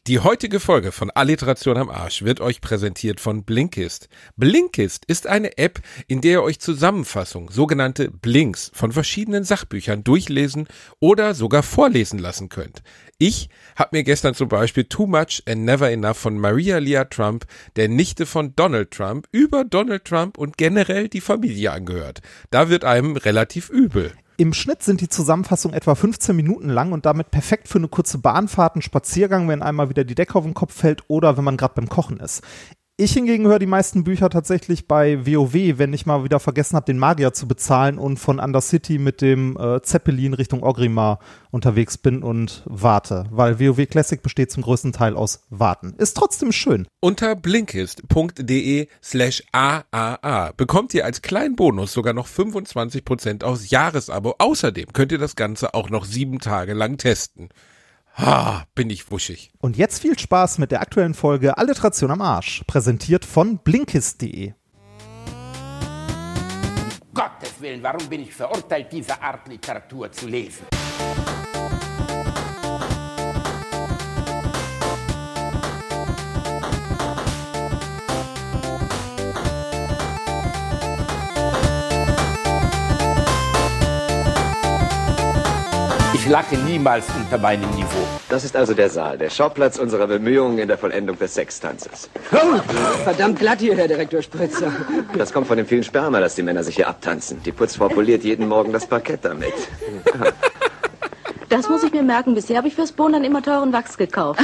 Die heutige Folge von Alliteration am Arsch wird euch präsentiert von Blinkist. Blinkist ist eine App, in der ihr euch Zusammenfassungen, sogenannte Blinks, von verschiedenen Sachbüchern durchlesen oder sogar vorlesen lassen könnt. Ich habe mir gestern zum Beispiel Too Much and Never Enough von Maria Leah Trump, der Nichte von Donald Trump, über Donald Trump und generell die Familie angehört. Da wird einem relativ übel. Im Schnitt sind die Zusammenfassungen etwa 15 Minuten lang und damit perfekt für eine kurze Bahnfahrt, einen Spaziergang, wenn einmal wieder die Decke auf den Kopf fällt oder wenn man gerade beim Kochen ist. Ich hingegen höre die meisten Bücher tatsächlich bei WoW, wenn ich mal wieder vergessen habe, den Magier zu bezahlen und von Undercity mit dem Zeppelin Richtung Orgrimmar unterwegs bin und warte, weil WoW Classic besteht zum größten Teil aus Warten. Ist trotzdem schön. Unter blinkist.de/AAA bekommt ihr als kleinen Bonus sogar noch 25% aufs Jahresabo. Außerdem könnt ihr das Ganze auch noch 7 Tage lang testen. Bin ich wuschig. Und jetzt viel Spaß mit der aktuellen Folge Alliteration am Arsch, präsentiert von Blinkist.de. Gottes Willen, warum bin ich verurteilt, diese Art Literatur zu lesen? Ich lache niemals unter meinem Niveau. Das ist also der Saal, der Schauplatz unserer Bemühungen in der Vollendung des Sextanzes. Oh, verdammt glatt hier, Herr Direktor Spritzer. Das kommt von dem vielen Sperma, das die Männer sich hier abtanzen. Die Putzfrau poliert jeden Morgen das Parkett damit. Das muss ich mir merken. Bisher habe ich fürs Bohnen immer teuren Wachs gekauft.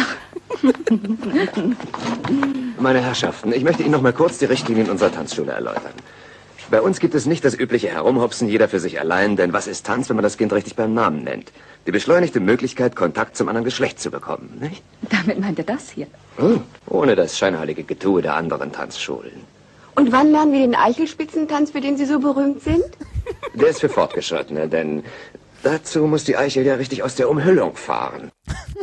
Meine Herrschaften, ich möchte Ihnen noch mal kurz die Richtlinien unserer Tanzschule erläutern. Bei uns gibt es nicht das übliche Herumhopsen, jeder für sich allein, denn was ist Tanz, wenn man das Kind richtig beim Namen nennt? Die beschleunigte Möglichkeit, Kontakt zum anderen Geschlecht zu bekommen, nicht? Damit meint er das hier. Ohne das scheinheilige Getue der anderen Tanzschulen. Und wann lernen wir den Eichelspitzentanz, für den Sie so berühmt sind? Der ist für Fortgeschrittene, denn dazu muss die Eichel ja richtig aus der Umhüllung fahren.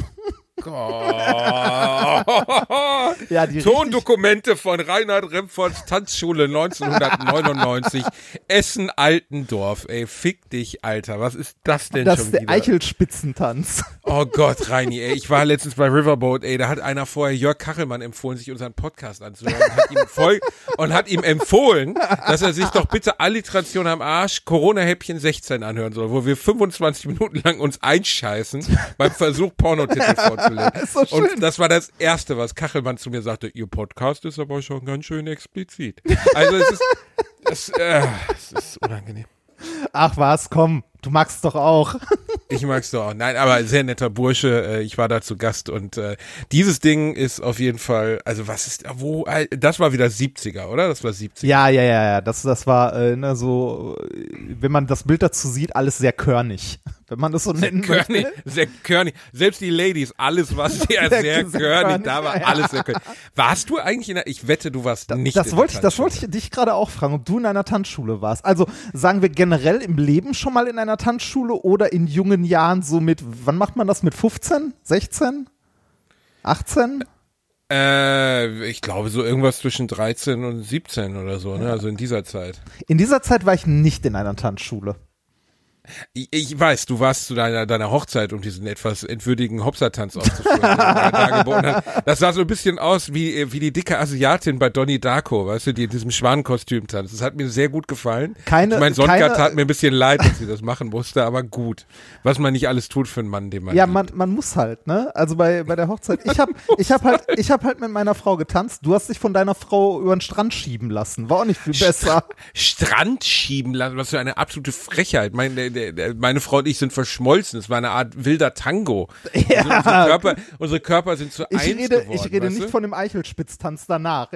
Ja, die Tondokumente von Reinhard Remfords Tanzschule 1999, Essen-Altendorf. Ey, fick dich, Alter. Was ist das denn das schon ist der wieder? Eichelspitzentanz. Oh Gott, Reini, ey. Ich war letztens bei Riverboat, ey. Da hat einer vorher Jörg Kachelmann empfohlen, sich unseren Podcast anzuhören und hat ihm empfohlen, dass er sich doch bitte Alliteration am Arsch, Corona-Häppchen 16 anhören soll, wo wir 25 Minuten lang uns einscheißen beim Versuch, Pornotitel vorzulesen. So schön. Und das war das Erste, was Kachelmann zu mir sagte, ihr Podcast ist aber schon ganz schön explizit. Also es ist unangenehm. Ach was, komm, du magst es doch auch. Ich mag's doch auch. Nein, aber sehr netter Bursche. Ich war da zu Gast und dieses Ding ist auf jeden Fall, also das war wieder 70er, oder? Das war 70er. Ja. Das war so, wenn man das Bild dazu sieht, alles sehr körnig. Wenn man das so nennen möchte. Sehr körnig. Selbst die Ladies, alles war sehr körnig. Da war alles sehr körnig. Warst du eigentlich ich wette, du warst nicht das wollte ich dich gerade auch fragen, ob du in einer Tanzschule warst. Also sagen wir generell im Leben schon mal in einer Tanzschule oder in jungen Jahren so mit, wann macht man das, mit 15, 16, 18? Ich glaube so irgendwas zwischen 13 und 17 oder so, ne? Also in dieser Zeit. In dieser Zeit war ich nicht in einer Tanzschule. Ich weiß, du warst zu deiner Hochzeit, um diesen etwas entwürdigen Hopsertanz auszuführen, den er da geboten hat. Das sah so ein bisschen aus wie die dicke Asiatin bei Donnie Darko, weißt du, die in diesem Schwanenkostüm tanzt. Das hat mir sehr gut gefallen. Sonka tat mir ein bisschen leid, dass sie das machen musste, aber gut. Was man nicht alles tut für einen Mann, den man liebt. Man muss halt, ne? Also bei der Hochzeit. Ich hab halt mit meiner Frau getanzt. Du hast dich von deiner Frau über den Strand schieben lassen. War auch nicht viel besser. Strand schieben lassen? Was für eine absolute Frechheit. Meine Frau und ich sind verschmolzen. Es war eine Art wilder Tango. Ja. Also unsere Körper sind zu eins geworden. Ich rede nicht von dem Eichelspitztanz danach.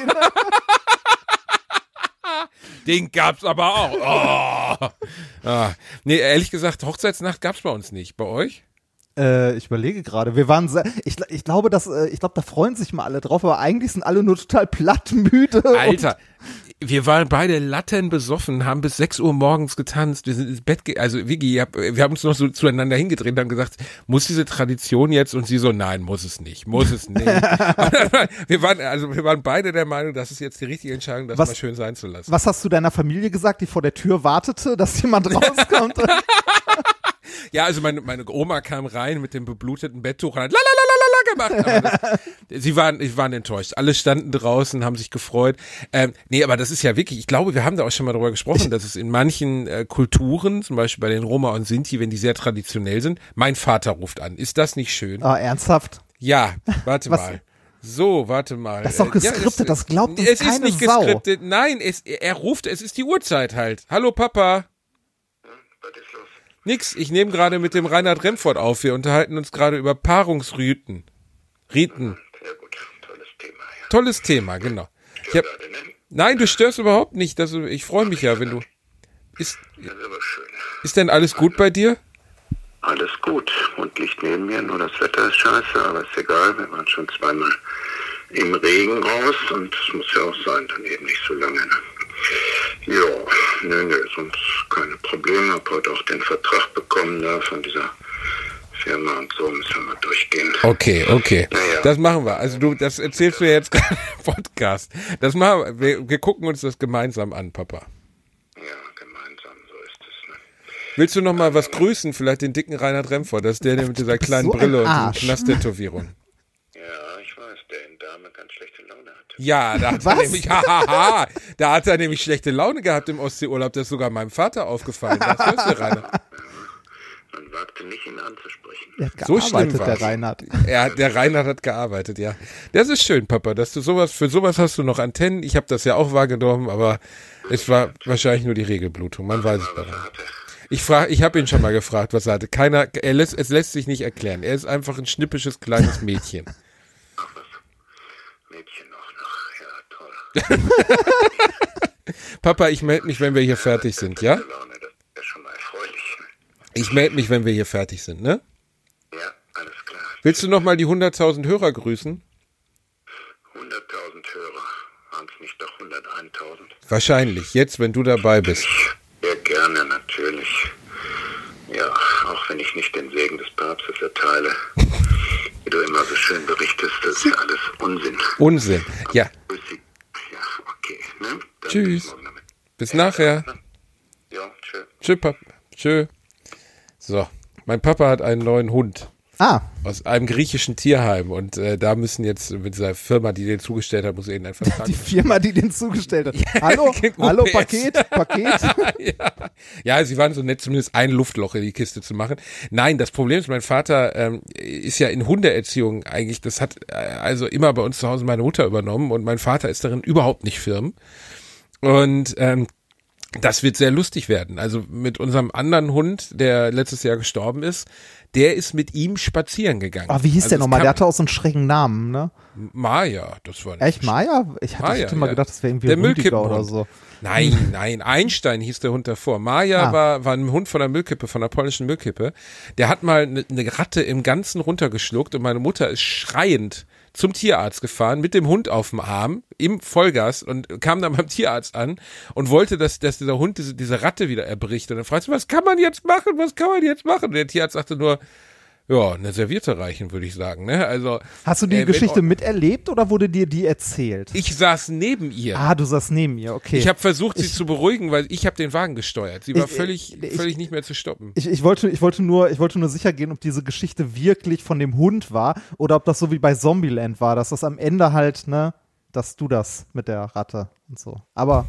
Den gab's aber auch. Nee, ehrlich gesagt, Hochzeitsnacht gab's bei uns nicht. Bei euch? Ich überlege gerade. Wir waren ich glaube, da freuen sich mal alle drauf, aber eigentlich sind alle nur total plattmüde. Alter, wir waren beide lattenbesoffen, haben bis 6 Uhr morgens getanzt, wir sind ins Bett, also Vicky, wir haben uns noch so zueinander hingedreht und haben gesagt, muss diese Tradition jetzt? Und sie so, nein, muss es nicht. Wir waren beide der Meinung, das ist jetzt die richtige Entscheidung, das mal schön sein zu lassen. Was hast du deiner Familie gesagt, die vor der Tür wartete, dass jemand rauskommt? Ja, also meine Oma kam rein mit dem bebluteten Betttuch und hat gemacht. Aber sie waren enttäuscht. Alle standen draußen, haben sich gefreut. Nee, aber das ist ja wirklich, ich glaube, wir haben da auch schon mal drüber gesprochen, dass es in manchen Kulturen, zum Beispiel bei den Roma und Sinti, wenn die sehr traditionell sind, mein Vater ruft an. Ist das nicht schön? Ah, ernsthaft? Ja, warte mal. So, warte mal. Das ist doch geskriptet, das glaubt uns keine Sau. Es ist nicht geskriptet, nein, er ruft, es ist die Uhrzeit halt. Hallo Papa. Was ist los? Nix, ich nehme gerade mit dem Reinhard Remford auf, wir unterhalten uns gerade über Paarungsriten. Riten. Sehr gut, tolles Thema. Ja. Tolles Thema, genau. Gerade, ne? Nein, du störst überhaupt nicht, ich freue mich ja, wenn du... Das ist aber schön. Ist denn alles gut bei dir? Alles gut. Hund liegt neben mir, nur das Wetter ist scheiße, aber ist egal. Wir waren schon zweimal im Regen raus und es muss ja auch sein, dann eben nicht so lange. Ne? Ja, nö, sonst keine Probleme. Hab heute auch den Vertrag bekommen da von dieser Firma und so müssen wir mal durchgehen. Okay. Naja. Das machen wir. Also das erzählst du jetzt gerade im Podcast. Das machen wir gucken uns das gemeinsam an, Papa. Ja, gemeinsam, so ist es. Ne? Willst du noch mal was grüßen? Vielleicht den dicken Reinhard Remford, das ist der mit dieser kleinen so ein Brille und Arsch. den Knasttätowierung. Ja, ich weiß, der in Dame ganz schlechte Laune hat. Ja, da hat er nämlich schlechte Laune gehabt im Ostseeurlaub. Das ist sogar meinem Vater aufgefallen. Das hörst du, Reinhard. Man wagte nicht, ihn anzusprechen. Er hat So schlimm gearbeitet, war's. der Reinhard. Der Reinhard hat gearbeitet, ja. Das ist schön, Papa, dass du für sowas hast du noch Antennen. Ich habe das ja auch wahrgenommen, aber es war wahrscheinlich nur die Regelblutung. Man weiß es nicht. Ich habe ihn schon mal gefragt, was er hatte. Es lässt sich nicht erklären. Er ist einfach ein schnippisches kleines Mädchen. Ach was, Mädchen auch noch, ja toll. Papa, ich melde mich, wenn wir hier fertig sind, ja? Laune, das ist schon mal erfreulich. Ich melde mich, wenn wir hier fertig sind, ne? Ja, alles klar. Willst du noch mal die 100.000 Hörer grüßen? 100.000 Hörer, waren es nicht doch 101.000? Wahrscheinlich, jetzt, wenn du dabei bist. Sehr gerne, natürlich. Ja, auch wenn ich nicht den Segen des Papstes erteile. Wie du immer so schön berichtest, das ist ja alles Unsinn. Unsinn, ja. Ja, okay, ne? Dann Tschüss. bis morgen damit. Bis nachher. Ja, tschö. Tschö, Papa. Tschö. So, mein Papa hat einen neuen Hund aus einem griechischen Tierheim und da müssen jetzt mit dieser Firma, die den zugestellt hat, muss irgendein Vertrag. Die Firma, die den zugestellt hat. Hallo, Paket. Ja, sie waren so nett, zumindest ein Luftloch in die Kiste zu machen. Nein, das Problem ist, mein Vater ist ja in Hundeerziehung eigentlich, das hat also immer bei uns zu Hause meine Mutter übernommen und mein Vater ist darin überhaupt nicht firm. Und das wird sehr lustig werden. Also mit unserem anderen Hund, der letztes Jahr gestorben ist, der ist mit ihm spazieren gegangen. Ah, wie hieß also der nochmal? Der hatte auch so einen schrägen Namen, ne? Maya, das war nicht. Echt, Maya? Ich hätte mal gedacht, das wäre irgendwie der ein Rüdiger Müllkippenhund oder so. Nein, Einstein hieß der Hund davor. Maya war ein Hund von der Müllkippe, von der polnischen Müllkippe. Der hat mal eine Ratte im Ganzen runtergeschluckt und meine Mutter ist schreiend zum Tierarzt gefahren, mit dem Hund auf dem Arm, im Vollgas und kam dann beim Tierarzt an und wollte, dass dieser Hund diese Ratte wieder erbricht. Und dann fragte sie, was kann man jetzt machen? Und der Tierarzt sagte nur, ja, eine Serviette reichen, würde ich sagen. Ne? Also, hast du die Geschichte miterlebt oder wurde dir die erzählt? Ich saß neben ihr. Ah, du saßt neben ihr, okay. Ich habe versucht, sie zu beruhigen, weil ich habe den Wagen gesteuert. Sie war völlig nicht mehr zu stoppen. Ich wollte nur sicher gehen, ob diese Geschichte wirklich von dem Hund war oder ob das so wie bei Zombieland war, dass das am Ende halt, ne, dass du das mit der Ratte und so. Aber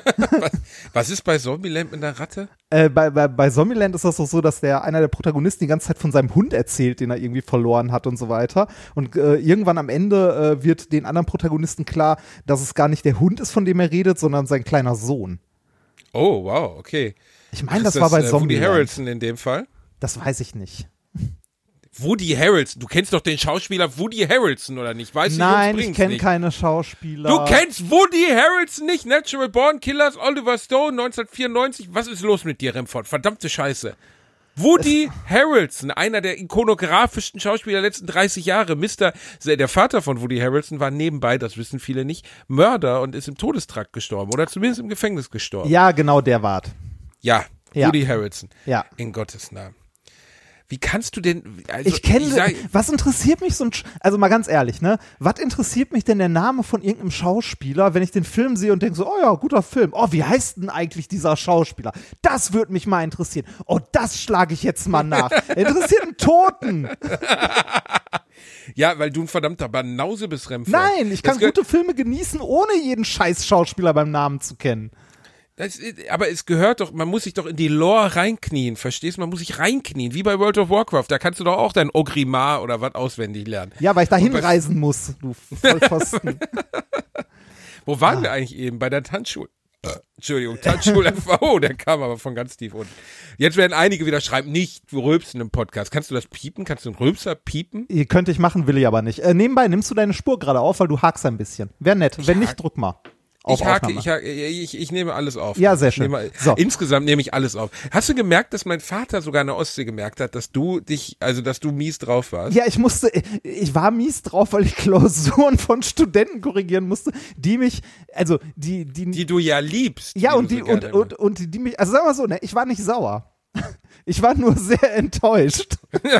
was ist bei Zombieland mit der Ratte? Bei Zombieland ist das doch so, dass einer der Protagonisten die ganze Zeit von seinem Hund erzählt, den er irgendwie verloren hat und so weiter. Und irgendwann am Ende wird den anderen Protagonisten klar, dass es gar nicht der Hund ist, von dem er redet, sondern sein kleiner Sohn. Oh, wow, okay. Ich meine, das war bei Zombieland. Woody Harrelson in dem Fall? Das weiß ich nicht. Woody Harrelson, du kennst doch den Schauspieler Woody Harrelson, oder nicht? Weißt Nein, ich kenne keine Schauspieler. Du kennst Woody Harrelson nicht? Natural Born Killers, Oliver Stone, 1994. Was ist los mit dir, Remford? Verdammte Scheiße. Woody Harrelson, einer der ikonografischsten Schauspieler der letzten 30 Jahre. Der Vater von Woody Harrelson war nebenbei, das wissen viele nicht, Mörder und ist im Todestrakt gestorben oder zumindest im Gefängnis gestorben. Ja, genau, der war's. Ja, Woody Harrelson. Ja. In Gottes Namen. Wie kannst du denn, also was interessiert mich also mal ganz ehrlich, ne, was interessiert mich denn der Name von irgendeinem Schauspieler, wenn ich den Film sehe und denke so, oh ja, guter Film, oh, wie heißt denn eigentlich dieser Schauspieler? Das würde mich mal interessieren. Oh, das schlage ich jetzt mal nach. Interessiert einen Toten. Ja, weil du ein verdammter Banause bist, Remford. Nein, ich kann gute Filme genießen, ohne jeden scheiß Schauspieler beim Namen zu kennen. Aber es gehört doch, man muss sich doch in die Lore reinknien, verstehst du? Man muss sich reinknien, wie bei World of Warcraft. Da kannst du doch auch dein Ogrimmar oder was auswendig lernen. Ja, weil ich da hinreisen muss, du Vollpfosten. Wo waren wir eigentlich eben? Bei der Tanzschule. Entschuldigung, Tanzschul-FV, der kam aber von ganz tief unten. Jetzt werden einige wieder schreiben, nicht rülpsen im Podcast. Kannst du das piepen? Kannst du einen Rülpser piepen? Könnte ich machen, will ich aber nicht. Nebenbei nimmst du deine Spur gerade auf, weil du hakst ein bisschen. Wäre nett. Wenn nicht, drück mal. Ich nehme alles auf. Ja, sehr schön. Insgesamt nehme ich alles auf. Hast du gemerkt, dass mein Vater sogar in der Ostsee gemerkt hat, dass du mies drauf warst? Ja, ich war mies drauf, weil ich Klausuren von Studenten korrigieren musste, die mich, also die du ja liebst. Ja, und die mich, also sagen wir so, ne, ich war nicht sauer. Ich war nur sehr enttäuscht.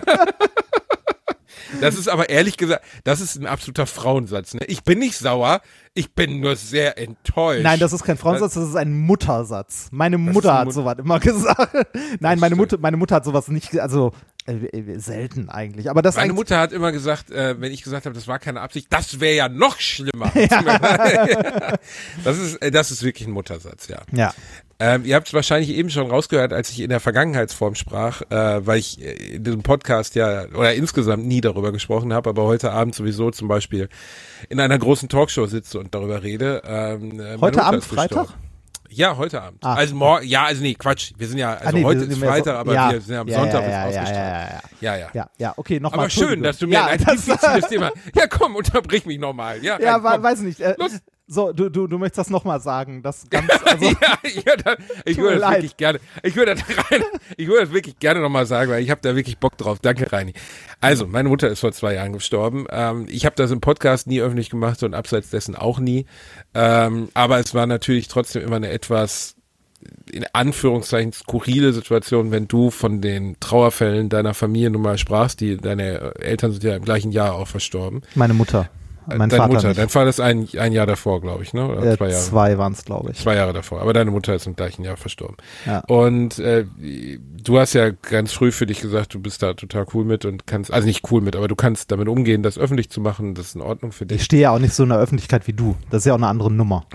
Das ist aber ehrlich gesagt, das ist ein absoluter Frauensatz. Ne? Ich bin nicht sauer, ich bin nur sehr enttäuscht. Nein, das ist kein Frauensatz, das ist ein Muttersatz. Meine Mutter hat sowas immer gesagt. Nein, meine Mutter hat sowas nicht, also selten eigentlich. Aber das meine Mutter hat immer gesagt, wenn ich gesagt habe, das war keine Absicht, das wäre ja noch schlimmer. Ja. Das ist wirklich ein Muttersatz, ja. Ja. Ihr habt es wahrscheinlich eben schon rausgehört, als ich in der Vergangenheitsform sprach, weil ich in diesem Podcast oder insgesamt nie darüber gesprochen habe, aber heute Abend sowieso zum Beispiel in einer großen Talkshow sitze und darüber rede. Heute Abend Freitag? Ja, heute Abend. Also morgen, Quatsch. Wir sind ja, heute ist Freitag, aber wir sind ja am Sonntag ausgestrahlt. Ja, okay, nochmal. Aber schön, dass du mir ein diffiziles Thema. Ja, komm, unterbrich mich nochmal. Ja, weiß nicht. So, du möchtest das nochmal sagen, das ganz, also, ich würde das wirklich gerne, ich würde das wirklich gerne nochmal sagen, weil ich habe da wirklich Bock drauf. Danke, Reini. Also, meine Mutter ist vor 2 Jahren gestorben. Ich habe das im Podcast nie öffentlich gemacht und abseits dessen auch nie. Aber es war natürlich trotzdem immer eine etwas, in Anführungszeichen, skurrile Situation, wenn du von den Trauerfällen deiner Familie nun mal sprachst. Deine Eltern sind ja im gleichen Jahr auch verstorben. Meine Mutter. Deine Mutter, dein Vater ist ein Jahr davor, glaube ich, ne? Oder 2 Jahre? 2 waren es, glaube ich. 2 Jahre davor, aber deine Mutter ist im gleichen Jahr verstorben. Ja. Und du hast ja ganz früh für dich gesagt, du bist da total cool mit und kannst, also nicht cool mit, aber du kannst damit umgehen, das öffentlich zu machen, das ist in Ordnung für dich. Ich stehe ja auch nicht so in der Öffentlichkeit wie du, das ist ja auch eine andere Nummer.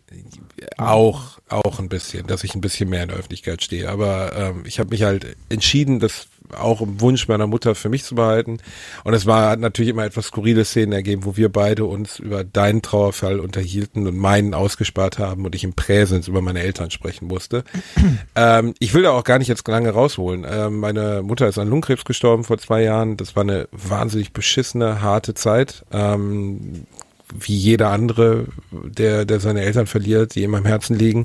Auch ein bisschen, dass ich ein bisschen mehr in der Öffentlichkeit stehe, aber ich habe mich halt entschieden, das auch im Wunsch meiner Mutter für mich zu behalten. Und es hat natürlich immer etwas skurrile Szenen ergeben, wo wir beide uns über deinen Trauerfall unterhielten und meinen ausgespart haben und ich im Präsens über meine Eltern sprechen musste. Ich will da auch gar nicht jetzt lange rausholen. Meine Mutter ist an Lungenkrebs gestorben vor 2 Jahren. Das war eine wahnsinnig beschissene, harte Zeit. Wie jeder andere, der seine Eltern verliert, die ihm am Herzen liegen.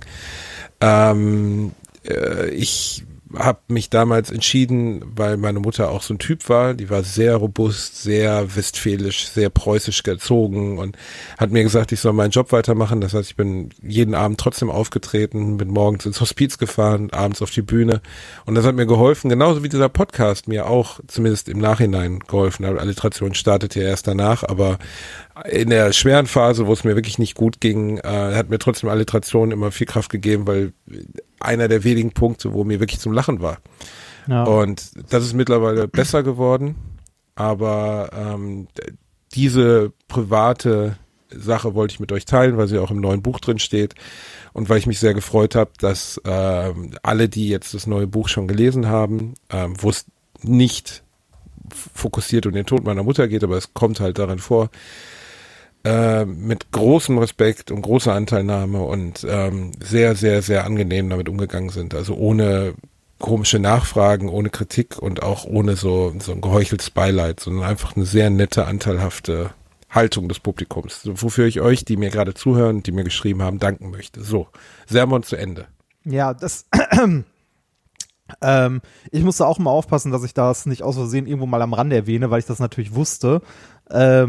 Ich habe mich damals entschieden, weil meine Mutter auch so ein Typ war, die war sehr robust, sehr westfälisch, sehr preußisch erzogen und hat mir gesagt, ich soll meinen Job weitermachen. Das heißt, ich bin jeden Abend trotzdem aufgetreten, bin morgens ins Hospiz gefahren, abends auf die Bühne und das hat mir geholfen, genauso wie dieser Podcast mir auch zumindest im Nachhinein geholfen hat. Alliteration startete ja erst danach, aber in der schweren Phase, wo es mir wirklich nicht gut ging, hat mir trotzdem Alliteration immer viel Kraft gegeben, weil einer der wenigen Punkte, wo mir wirklich zum Lachen war. Ja. Und das ist mittlerweile besser geworden, aber diese private Sache wollte ich mit euch teilen, weil sie auch im neuen Buch drin steht und weil ich mich sehr gefreut habe, dass alle, die jetzt das neue Buch schon gelesen haben, wo es nicht fokussiert um den Tod meiner Mutter geht, aber es kommt halt darin vor, mit großem Respekt und großer Anteilnahme und sehr, sehr, sehr angenehm damit umgegangen sind. Also ohne komische Nachfragen, ohne Kritik und auch ohne so ein geheucheltes Beileid, sondern einfach eine sehr nette, anteilhafte Haltung des Publikums, wofür ich euch, die mir gerade zuhören, die mir geschrieben haben, danken möchte. So, Sermon zu Ende. Ja, ich musste auch mal aufpassen, dass ich das nicht aus Versehen irgendwo mal am Rande erwähne, weil ich das natürlich wusste. Was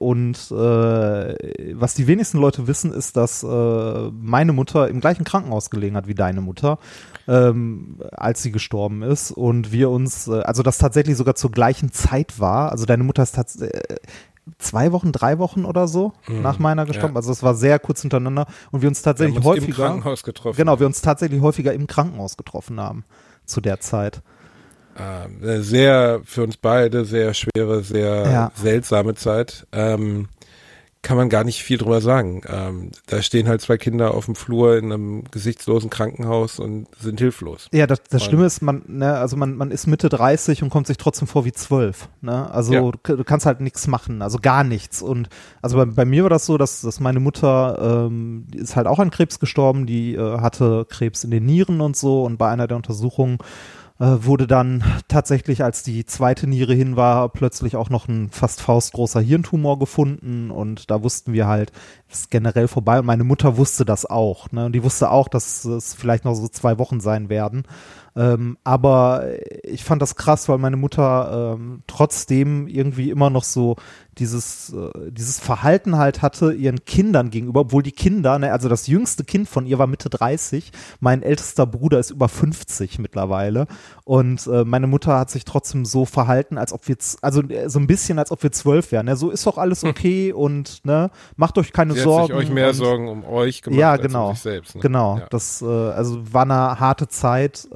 die wenigsten Leute wissen, ist, dass meine Mutter im gleichen Krankenhaus gelegen hat wie deine Mutter, als sie gestorben ist. Und wir uns, also das tatsächlich sogar zur gleichen Zeit war. Also deine Mutter ist 2 Wochen, 3 Wochen oder so nach meiner gestorben. Ja. Also es war sehr kurz hintereinander und wir uns tatsächlich häufiger im Krankenhaus getroffen. Genau, wir uns tatsächlich häufiger im Krankenhaus getroffen haben zu der Zeit. Eine sehr, für uns beide sehr schwere, sehr seltsame Zeit. Kann man gar nicht viel drüber sagen. Da stehen halt 2 Kinder auf dem Flur in einem gesichtslosen Krankenhaus und sind hilflos. Ja, das Schlimme ist, man ist Mitte 30 und kommt sich trotzdem vor wie 12. Ne? Also du kannst halt nichts machen, also gar nichts. Und also bei mir war das so, dass meine Mutter die ist halt auch an Krebs gestorben, die hatte Krebs in den Nieren und so, und bei einer der Untersuchungen wurde dann tatsächlich, als die zweite Niere hin war, plötzlich auch noch ein fast faustgroßer Hirntumor gefunden, und da wussten wir halt, es ist generell vorbei, und meine Mutter wusste das auch, ne? Und die wusste auch, dass es vielleicht noch so 2 Wochen sein werden. Aber ich fand das krass, weil meine Mutter trotzdem irgendwie immer noch so dieses Verhalten halt hatte ihren Kindern gegenüber, obwohl die Kinder, ne, also das jüngste Kind von ihr war Mitte 30, mein ältester Bruder ist über 50 mittlerweile, und meine Mutter hat sich trotzdem so verhalten, als ob wir, also so ein bisschen, als ob wir 12 wären, ne? So ist doch alles okay und ne, macht euch keine Sorgen. Sie hat sich euch mehr Sorgen um euch gemacht als um sich selbst. Ne? Genau, ja. Das also war eine harte Zeit.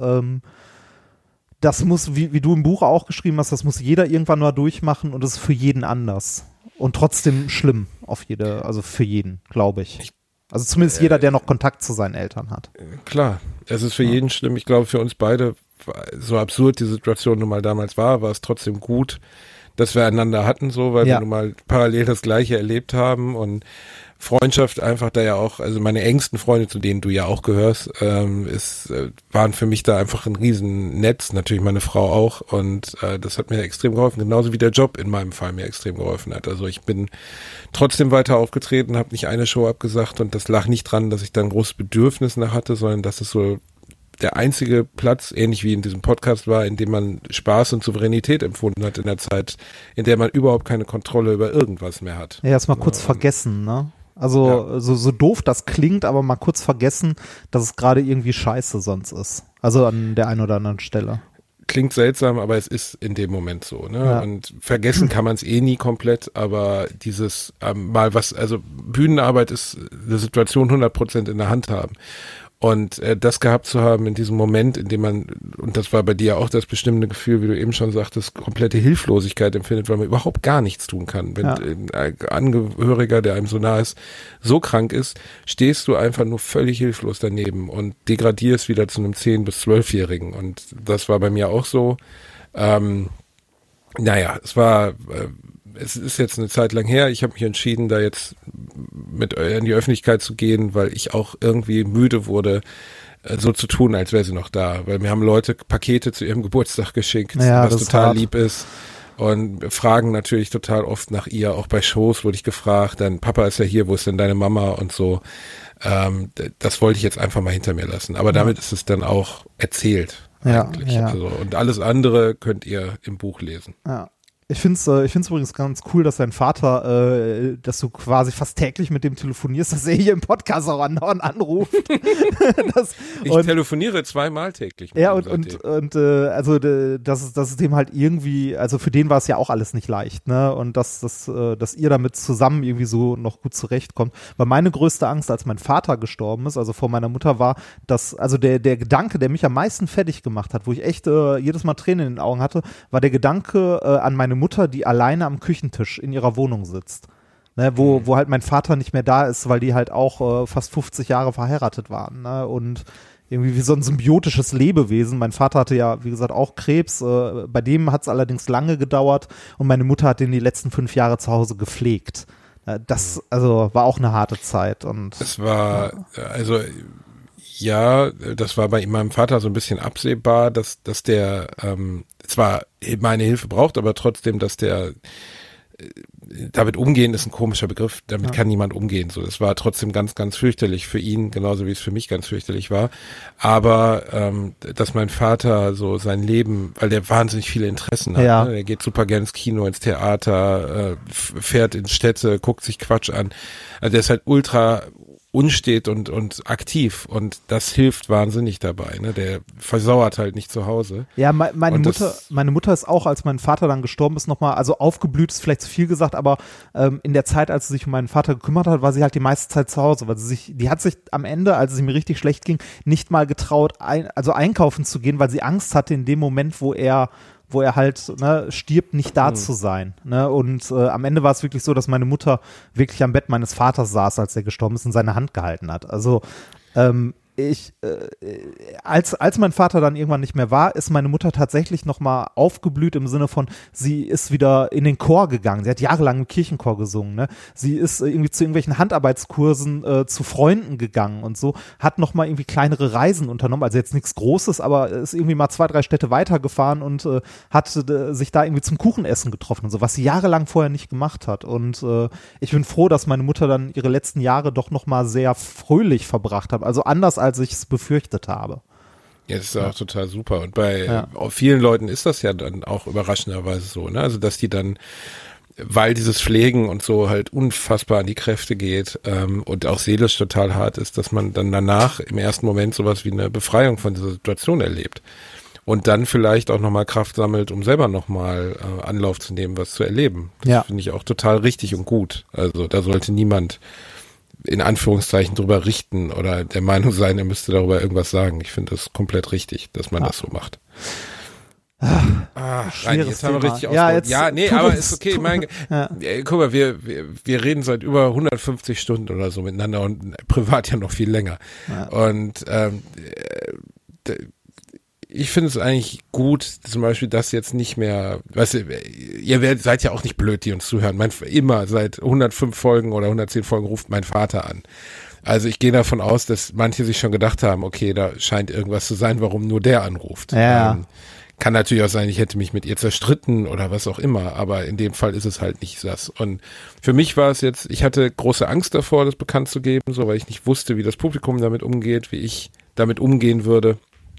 Das muss, wie du im Buch auch geschrieben hast, das muss jeder irgendwann mal durchmachen, und das ist für jeden anders. Und trotzdem schlimm also für jeden, glaube ich. Also zumindest jeder, der noch Kontakt zu seinen Eltern hat. Klar, es ist für jeden schlimm. Ich glaube, für uns beide, so absurd die Situation nun mal damals war es trotzdem gut, dass wir einander hatten, so, weil wir nun mal parallel das Gleiche erlebt haben, und Freundschaft einfach da ja auch, also meine engsten Freunde, zu denen du ja auch gehörst, waren für mich da einfach ein Riesennetz, natürlich meine Frau auch, und das hat mir extrem geholfen, genauso wie der Job in meinem Fall mir extrem geholfen hat. Also ich bin trotzdem weiter aufgetreten, habe nicht eine Show abgesagt, und das lag nicht dran, dass ich da ein großes Bedürfnis nach hatte, sondern dass es so der einzige Platz, ähnlich wie in diesem Podcast war, in dem man Spaß und Souveränität empfunden hat in der Zeit, in der man überhaupt keine Kontrolle über irgendwas mehr hat. Ja, erstmal kurz vergessen, ne? Also so doof das klingt, aber mal kurz vergessen, dass es gerade irgendwie scheiße sonst ist. Also an der einen oder anderen Stelle. Klingt seltsam, aber es ist in dem Moment so, ne? Ja. Und vergessen kann man es eh nie komplett, aber dieses also Bühnenarbeit ist eine Situation 100% in der Hand haben. Und das gehabt zu haben in diesem Moment, in dem man, und das war bei dir auch das bestimmende Gefühl, wie du eben schon sagtest, komplette Hilflosigkeit empfindet, weil man überhaupt gar nichts tun kann. Wenn ein Angehöriger, der einem so nah ist, so krank ist, stehst du einfach nur völlig hilflos daneben und degradierst wieder zu einem 10- bis 12-Jährigen. Und das war bei mir auch so. Es ist jetzt eine Zeit lang her. Ich habe mich entschieden, da jetzt mit in die Öffentlichkeit zu gehen, weil ich auch irgendwie müde wurde, so zu tun, als wäre sie noch da. Weil mir haben Leute Pakete zu ihrem Geburtstag geschickt, was total lieb ist. Und fragen natürlich total oft nach ihr. Auch bei Shows wurde ich gefragt, dein Papa ist ja hier, wo ist denn deine Mama und so. Das wollte ich jetzt einfach mal hinter mir lassen. Aber damit ist es dann auch erzählt eigentlich. Ja. Also, und alles andere könnt ihr im Buch lesen. Ja. Ich find's übrigens ganz cool, dass dein Vater, dass du quasi fast täglich mit dem telefonierst, dass er hier im Podcast auch andauernd anruft. Ich telefoniere 2-mal täglich. Ja, also das ist dem halt irgendwie, also für den war es ja auch alles nicht leicht, ne? Und dass ihr damit zusammen irgendwie so noch gut zurechtkommt. Weil meine größte Angst, als mein Vater gestorben ist, also vor meiner Mutter, war, dass, also der Gedanke, der mich am meisten fertig gemacht hat, wo ich echt jedes Mal Tränen in den Augen hatte, war der Gedanke an meine Mutter, die alleine am Küchentisch in ihrer Wohnung sitzt. Ne, wo halt mein Vater nicht mehr da ist, weil die halt auch fast 50 Jahre verheiratet waren. Ne? Und irgendwie wie so ein symbiotisches Lebewesen. Mein Vater hatte ja, wie gesagt, auch Krebs. Bei dem hat es allerdings lange gedauert, und meine Mutter hat den die letzten 5 Jahre zu Hause gepflegt. Das war auch eine harte Zeit. Und es war, das war bei meinem Vater so ein bisschen absehbar, dass der zwar meine Hilfe braucht, aber trotzdem, dass der damit umgehen ist ein komischer Begriff, damit kann niemand umgehen. So, das war trotzdem ganz, ganz fürchterlich für ihn, genauso wie es für mich ganz fürchterlich war. Aber dass mein Vater so sein Leben, weil der wahnsinnig viele Interessen hat, ne? Er geht super gerne ins Kino, ins Theater, fährt in Städte, guckt sich Quatsch an. Also der ist halt ultra unstet und aktiv und das hilft wahnsinnig dabei. Ne? Der versauert halt nicht zu Hause. Ja, meine Mutter ist auch, als mein Vater dann gestorben ist, nochmal, also aufgeblüht ist vielleicht zu viel gesagt, aber in der Zeit, als sie sich um meinen Vater gekümmert hat, war sie halt die meiste Zeit zu Hause, weil die hat sich am Ende, als es mir richtig schlecht ging, nicht mal getraut, einkaufen zu gehen, weil sie Angst hatte in dem Moment, wo er halt stirbt, nicht da zu sein. Ne? Und am Ende war es wirklich so, dass meine Mutter wirklich am Bett meines Vaters saß, als er gestorben ist und seine Hand gehalten hat. Also als mein Vater dann irgendwann nicht mehr war, ist meine Mutter tatsächlich nochmal aufgeblüht im Sinne von, sie ist wieder in den Chor gegangen. Sie hat jahrelang im Kirchenchor gesungen. Ne? Sie ist irgendwie zu irgendwelchen Handarbeitskursen zu Freunden gegangen und so, hat nochmal irgendwie kleinere Reisen unternommen, also jetzt nichts Großes, aber ist irgendwie mal 2, 3 Städte weitergefahren und hat sich da irgendwie zum Kuchenessen getroffen und so, was sie jahrelang vorher nicht gemacht hat. Und ich bin froh, dass meine Mutter dann ihre letzten Jahre doch nochmal sehr fröhlich verbracht hat. Also anders als ich es befürchtet habe. Ja, das ist auch total super. Und bei vielen Leuten ist das ja dann auch überraschenderweise so, ne? Also, dass die dann, weil dieses Pflegen und so halt unfassbar an die Kräfte geht und auch seelisch total hart ist, dass man dann danach im ersten Moment sowas wie eine Befreiung von dieser Situation erlebt. Und dann vielleicht auch nochmal Kraft sammelt, um selber nochmal Anlauf zu nehmen, was zu erleben. Das finde ich auch total richtig und gut. Also, da sollte niemand in Anführungszeichen drüber richten oder der Meinung sein, er müsste darüber irgendwas sagen. Ich finde das komplett richtig, dass man das so macht. Nein, jetzt haben wir richtig ausgeholt. Aber ist okay. Guck mal, wir reden seit über 150 Stunden oder so miteinander und privat ja noch viel länger. Ja. Und ich finde es eigentlich gut, zum Beispiel, dass jetzt nicht mehr, weißt du, ihr seid ja auch nicht blöd, die uns zuhören. Immer seit 105 Folgen oder 110 Folgen ruft mein Vater an. Also ich gehe davon aus, dass manche sich schon gedacht haben, okay, da scheint irgendwas zu sein, warum nur der anruft. Ja. Kann natürlich auch sein, ich hätte mich mit ihr zerstritten oder was auch immer, aber in dem Fall ist es halt nicht das. Und für mich war es jetzt, ich hatte große Angst davor, das bekannt zu geben, so, weil ich nicht wusste, wie das Publikum damit umgeht, wie ich damit umgehen würde.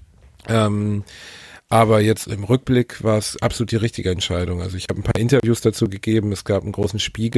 Aber jetzt im Rückblick war es absolut die richtige Entscheidung. Also ich habe ein paar Interviews dazu gegeben. Es gab ein großes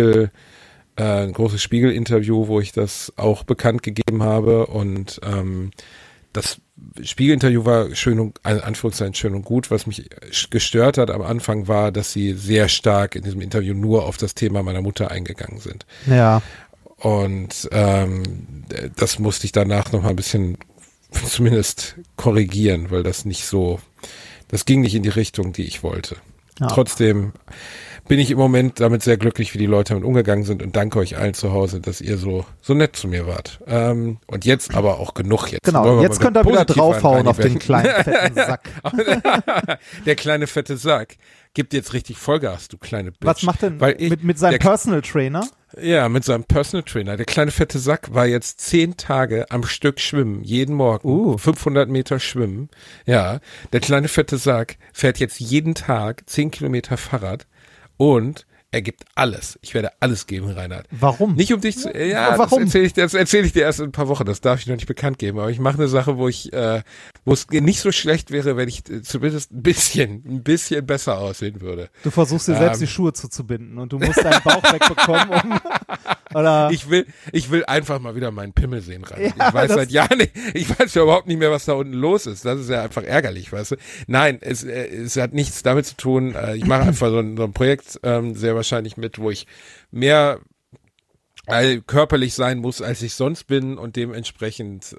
Spiegel-Interview, wo ich das auch bekannt gegeben habe. Und das Spiegel-Interview war schön und, in Anführungszeichen, schön und gut. Was mich gestört hat am Anfang war, dass sie sehr stark in diesem Interview nur auf das Thema meiner Mutter eingegangen sind. Ja. Und das musste ich danach noch mal ein bisschen zumindest korrigieren, weil das ging nicht in die Richtung, die ich wollte. Ja. Trotzdem bin ich im Moment damit sehr glücklich, wie die Leute damit umgegangen sind und danke euch allen zu Hause, dass ihr so nett zu mir wart. Und jetzt aber auch genug. Genau, jetzt könnt ihr wieder draufhauen auf den kleinen fetten Sack. Der kleine fette Sack gibt jetzt richtig Vollgas, du kleine Bitch. Was macht denn mit seinem Personal Trainer? Ja, mit seinem Personal Trainer. Der kleine fette Sack war jetzt 10 Tage am Stück schwimmen, jeden Morgen, 500 Meter schwimmen. Ja, der kleine fette Sack fährt jetzt jeden Tag 10 Kilometer Fahrrad und er gibt alles. Ich werde alles geben, Reinhard. Warum? Nicht um dich zu, warum? Das erzähle ich dir erst in ein paar Wochen. Das darf ich noch nicht bekannt geben. Aber ich mache eine Sache, wo es nicht so schlecht wäre, wenn ich zumindest ein bisschen besser aussehen würde. Du versuchst dir selbst die Schuhe zuzubinden und du musst deinen Bauch wegbekommen, oder? Ich will einfach mal wieder meinen Pimmel sehen, Reinhard. Ja, ich weiß seit Jahren nicht, ich weiß ja überhaupt nicht mehr, was da unten los ist. Das ist ja einfach ärgerlich, weißt du. Nein, es hat nichts damit zu tun. Ich mache einfach so ein Projekt, sehr wahrscheinlich mit, wo ich mehr körperlich sein muss, als ich sonst bin und dementsprechend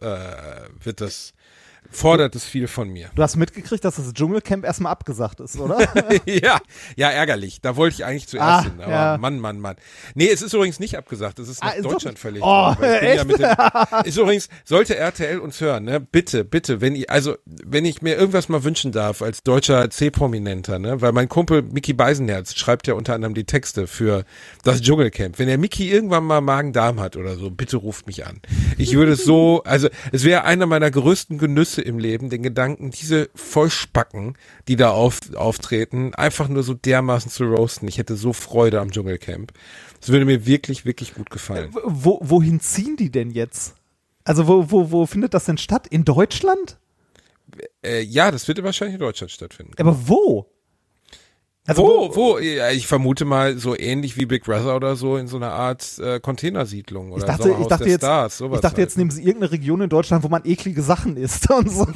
fordert es viel von mir. Du hast mitgekriegt, dass das Dschungelcamp erstmal abgesagt ist, oder? Ja, ärgerlich. Da wollte ich eigentlich zuerst hin, aber Mann. Nee, es ist übrigens nicht abgesagt, es ist nach Deutschland verlegt worden. Ist übrigens, sollte RTL uns hören, ne, bitte, wenn ich mir irgendwas mal wünschen darf als deutscher C-Prominenter, ne, weil mein Kumpel Micky Beisenherz schreibt ja unter anderem die Texte für das Dschungelcamp. Wenn der Micky irgendwann mal Magen-Darm hat oder so, bitte ruft mich an. Ich würde es wäre einer meiner größten Genüsse im Leben, den Gedanken, diese Vollspacken, die da auftreten, einfach nur so dermaßen zu roasten. Ich hätte so Freude am Dschungelcamp. Das würde mir wirklich, wirklich gut gefallen. Wohin ziehen die denn jetzt? Also wo findet das denn statt? In Deutschland? Ja, das wird wahrscheinlich in Deutschland stattfinden. Aber wo? Also Wo? Ja, ich vermute mal so ähnlich wie Big Brother oder so in so einer Art Containersiedlung oder ich dachte der Stars, sowas. Ich dachte jetzt nehmen sie irgendeine Region in Deutschland, wo man eklige Sachen isst und so.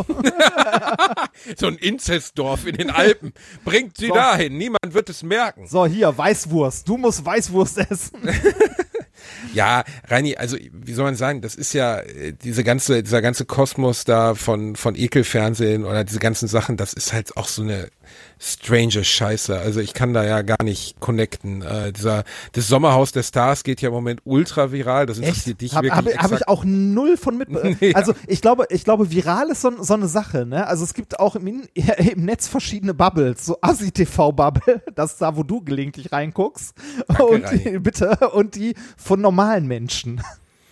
So ein Inzestdorf in den Alpen. Bringt sie dahin, niemand wird es merken. So, hier, Weißwurst. Du musst Weißwurst essen. Ja, Reini, also wie soll man sagen, das ist ja dieser ganze Kosmos da von Ekelfernsehen oder diese ganzen Sachen, das ist halt auch so eine strange Scheiße. Also ich kann da ja gar nicht connecten. Das Sommerhaus der Stars geht ja im Moment ultra viral. Das interessiert dich wirklich exakt. Habe ich auch null von mit. Ja. Also ich glaube, viral ist so eine Sache. Ne? Also es gibt auch im Netz verschiedene Bubbles, so Assi-TV-Bubble, das ist da, wo du gelegentlich reinguckst. Danke, und die von normalen Menschen.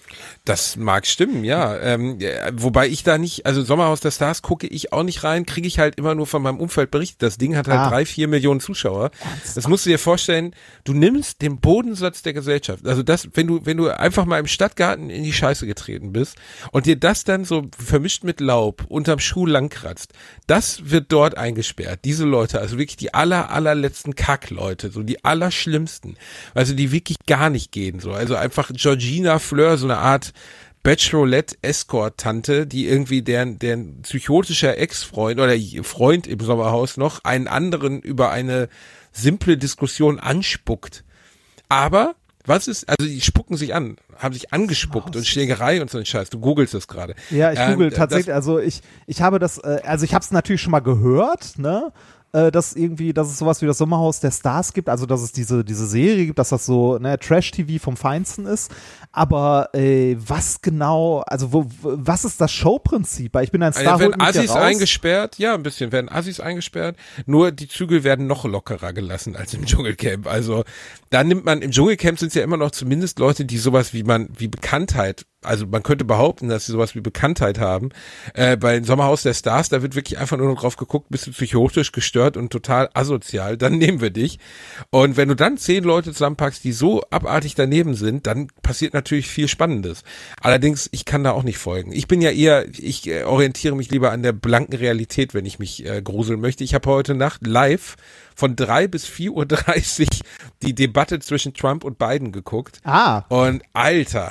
Das mag stimmen, ja. Wobei ich da nicht, also Sommerhaus der Stars gucke ich auch nicht rein, kriege ich halt immer nur von meinem Umfeld berichtet. Das Ding hat halt 3-4 Millionen Zuschauer. Das musst du dir vorstellen, du nimmst den Bodensatz der Gesellschaft. Also das, wenn du einfach mal im Stadtgarten in die Scheiße getreten bist und dir das dann so vermischt mit Laub unterm Schuh langkratzt, das wird dort eingesperrt. Diese Leute, also wirklich die allerletzten Kackleute, so die allerschlimmsten. Also die wirklich gar nicht gehen, so. Also einfach Georgina Fleur, so eine Art Bachelorette-Escort-Tante, die irgendwie deren psychotischer Ex-Freund oder Freund im Sommerhaus noch einen anderen über eine simple Diskussion anspuckt. Aber was ist, also die spucken sich an, haben sich angespuckt und Schlägerei und so ein Scheiß. Du googelst das gerade. Ja, ich google tatsächlich, also ich habe das, also ich habe es natürlich schon mal gehört, ne? Dass es sowas wie das Sommerhaus der Stars gibt, also dass es diese Serie gibt, dass das so Trash-TV vom Feinsten ist, aber was genau, also was ist das Showprinzip? Weil ich bin ein Star, werden Assis eingesperrt, ja, ein bisschen werden Assis eingesperrt, nur die Zügel werden noch lockerer gelassen als im Dschungelcamp, also da nimmt man, im Dschungelcamp sind es ja immer noch zumindest Leute, die sowas wie Bekanntheit, also man könnte behaupten, dass sie sowas wie Bekanntheit haben. Bei Sommerhaus der Stars, da wird wirklich einfach nur noch drauf geguckt, bist du psychotisch gestört und total asozial, dann nehmen wir dich. Und wenn du dann 10 Leute zusammenpackst, die so abartig daneben sind, dann passiert natürlich viel Spannendes. Allerdings, ich kann da auch nicht folgen. Ich bin ja ich orientiere mich lieber an der blanken Realität, wenn ich mich gruseln möchte. Ich habe heute Nacht live von 3 bis 4:30 Uhr die Debatte zwischen Trump und Biden geguckt. Und Alter.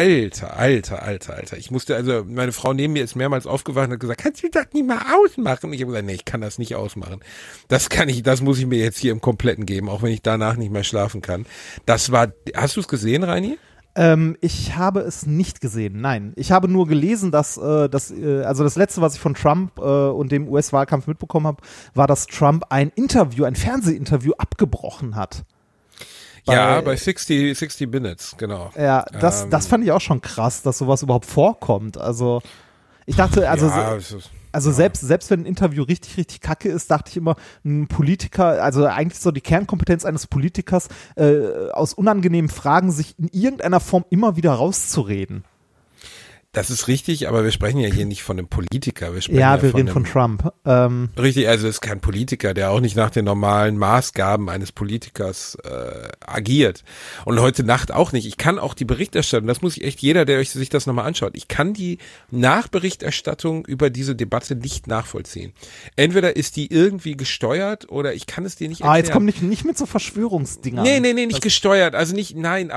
Ich musste, also meine Frau neben mir ist mehrmals aufgewacht und hat gesagt, kannst du das nicht mal ausmachen? Und ich habe gesagt, nee, ich kann das nicht ausmachen. Das muss ich mir jetzt hier im Kompletten geben, auch wenn ich danach nicht mehr schlafen kann. Hast du es gesehen, Reini? Ich habe es nicht gesehen, nein. Ich habe nur gelesen, dass also das Letzte, was ich von Trump und dem US-Wahlkampf mitbekommen habe, war, dass Trump ein Fernsehinterview abgebrochen hat. Bei 60 Minutes, genau. Ja, das fand ich auch schon krass, dass sowas überhaupt vorkommt. Also ich dachte, selbst wenn ein Interview richtig, richtig kacke ist, dachte ich immer, ein Politiker, also eigentlich so die Kernkompetenz eines Politikers, aus unangenehmen Fragen sich in irgendeiner Form immer wieder rauszureden. Das ist richtig, aber wir sprechen ja hier nicht von einem Politiker. Wir reden von Trump. Richtig, also es ist kein Politiker, der auch nicht nach den normalen Maßgaben eines Politikers agiert. Und heute Nacht auch nicht. Ich kann auch die Berichterstattung, das muss jeder, der sich das nochmal anschaut, ich kann die Nachberichterstattung über diese Debatte nicht nachvollziehen. Entweder ist die irgendwie gesteuert oder ich kann es dir nicht erklären. Jetzt komm nicht mit so Verschwörungsdingern. Nee, nicht gesteuert, also nicht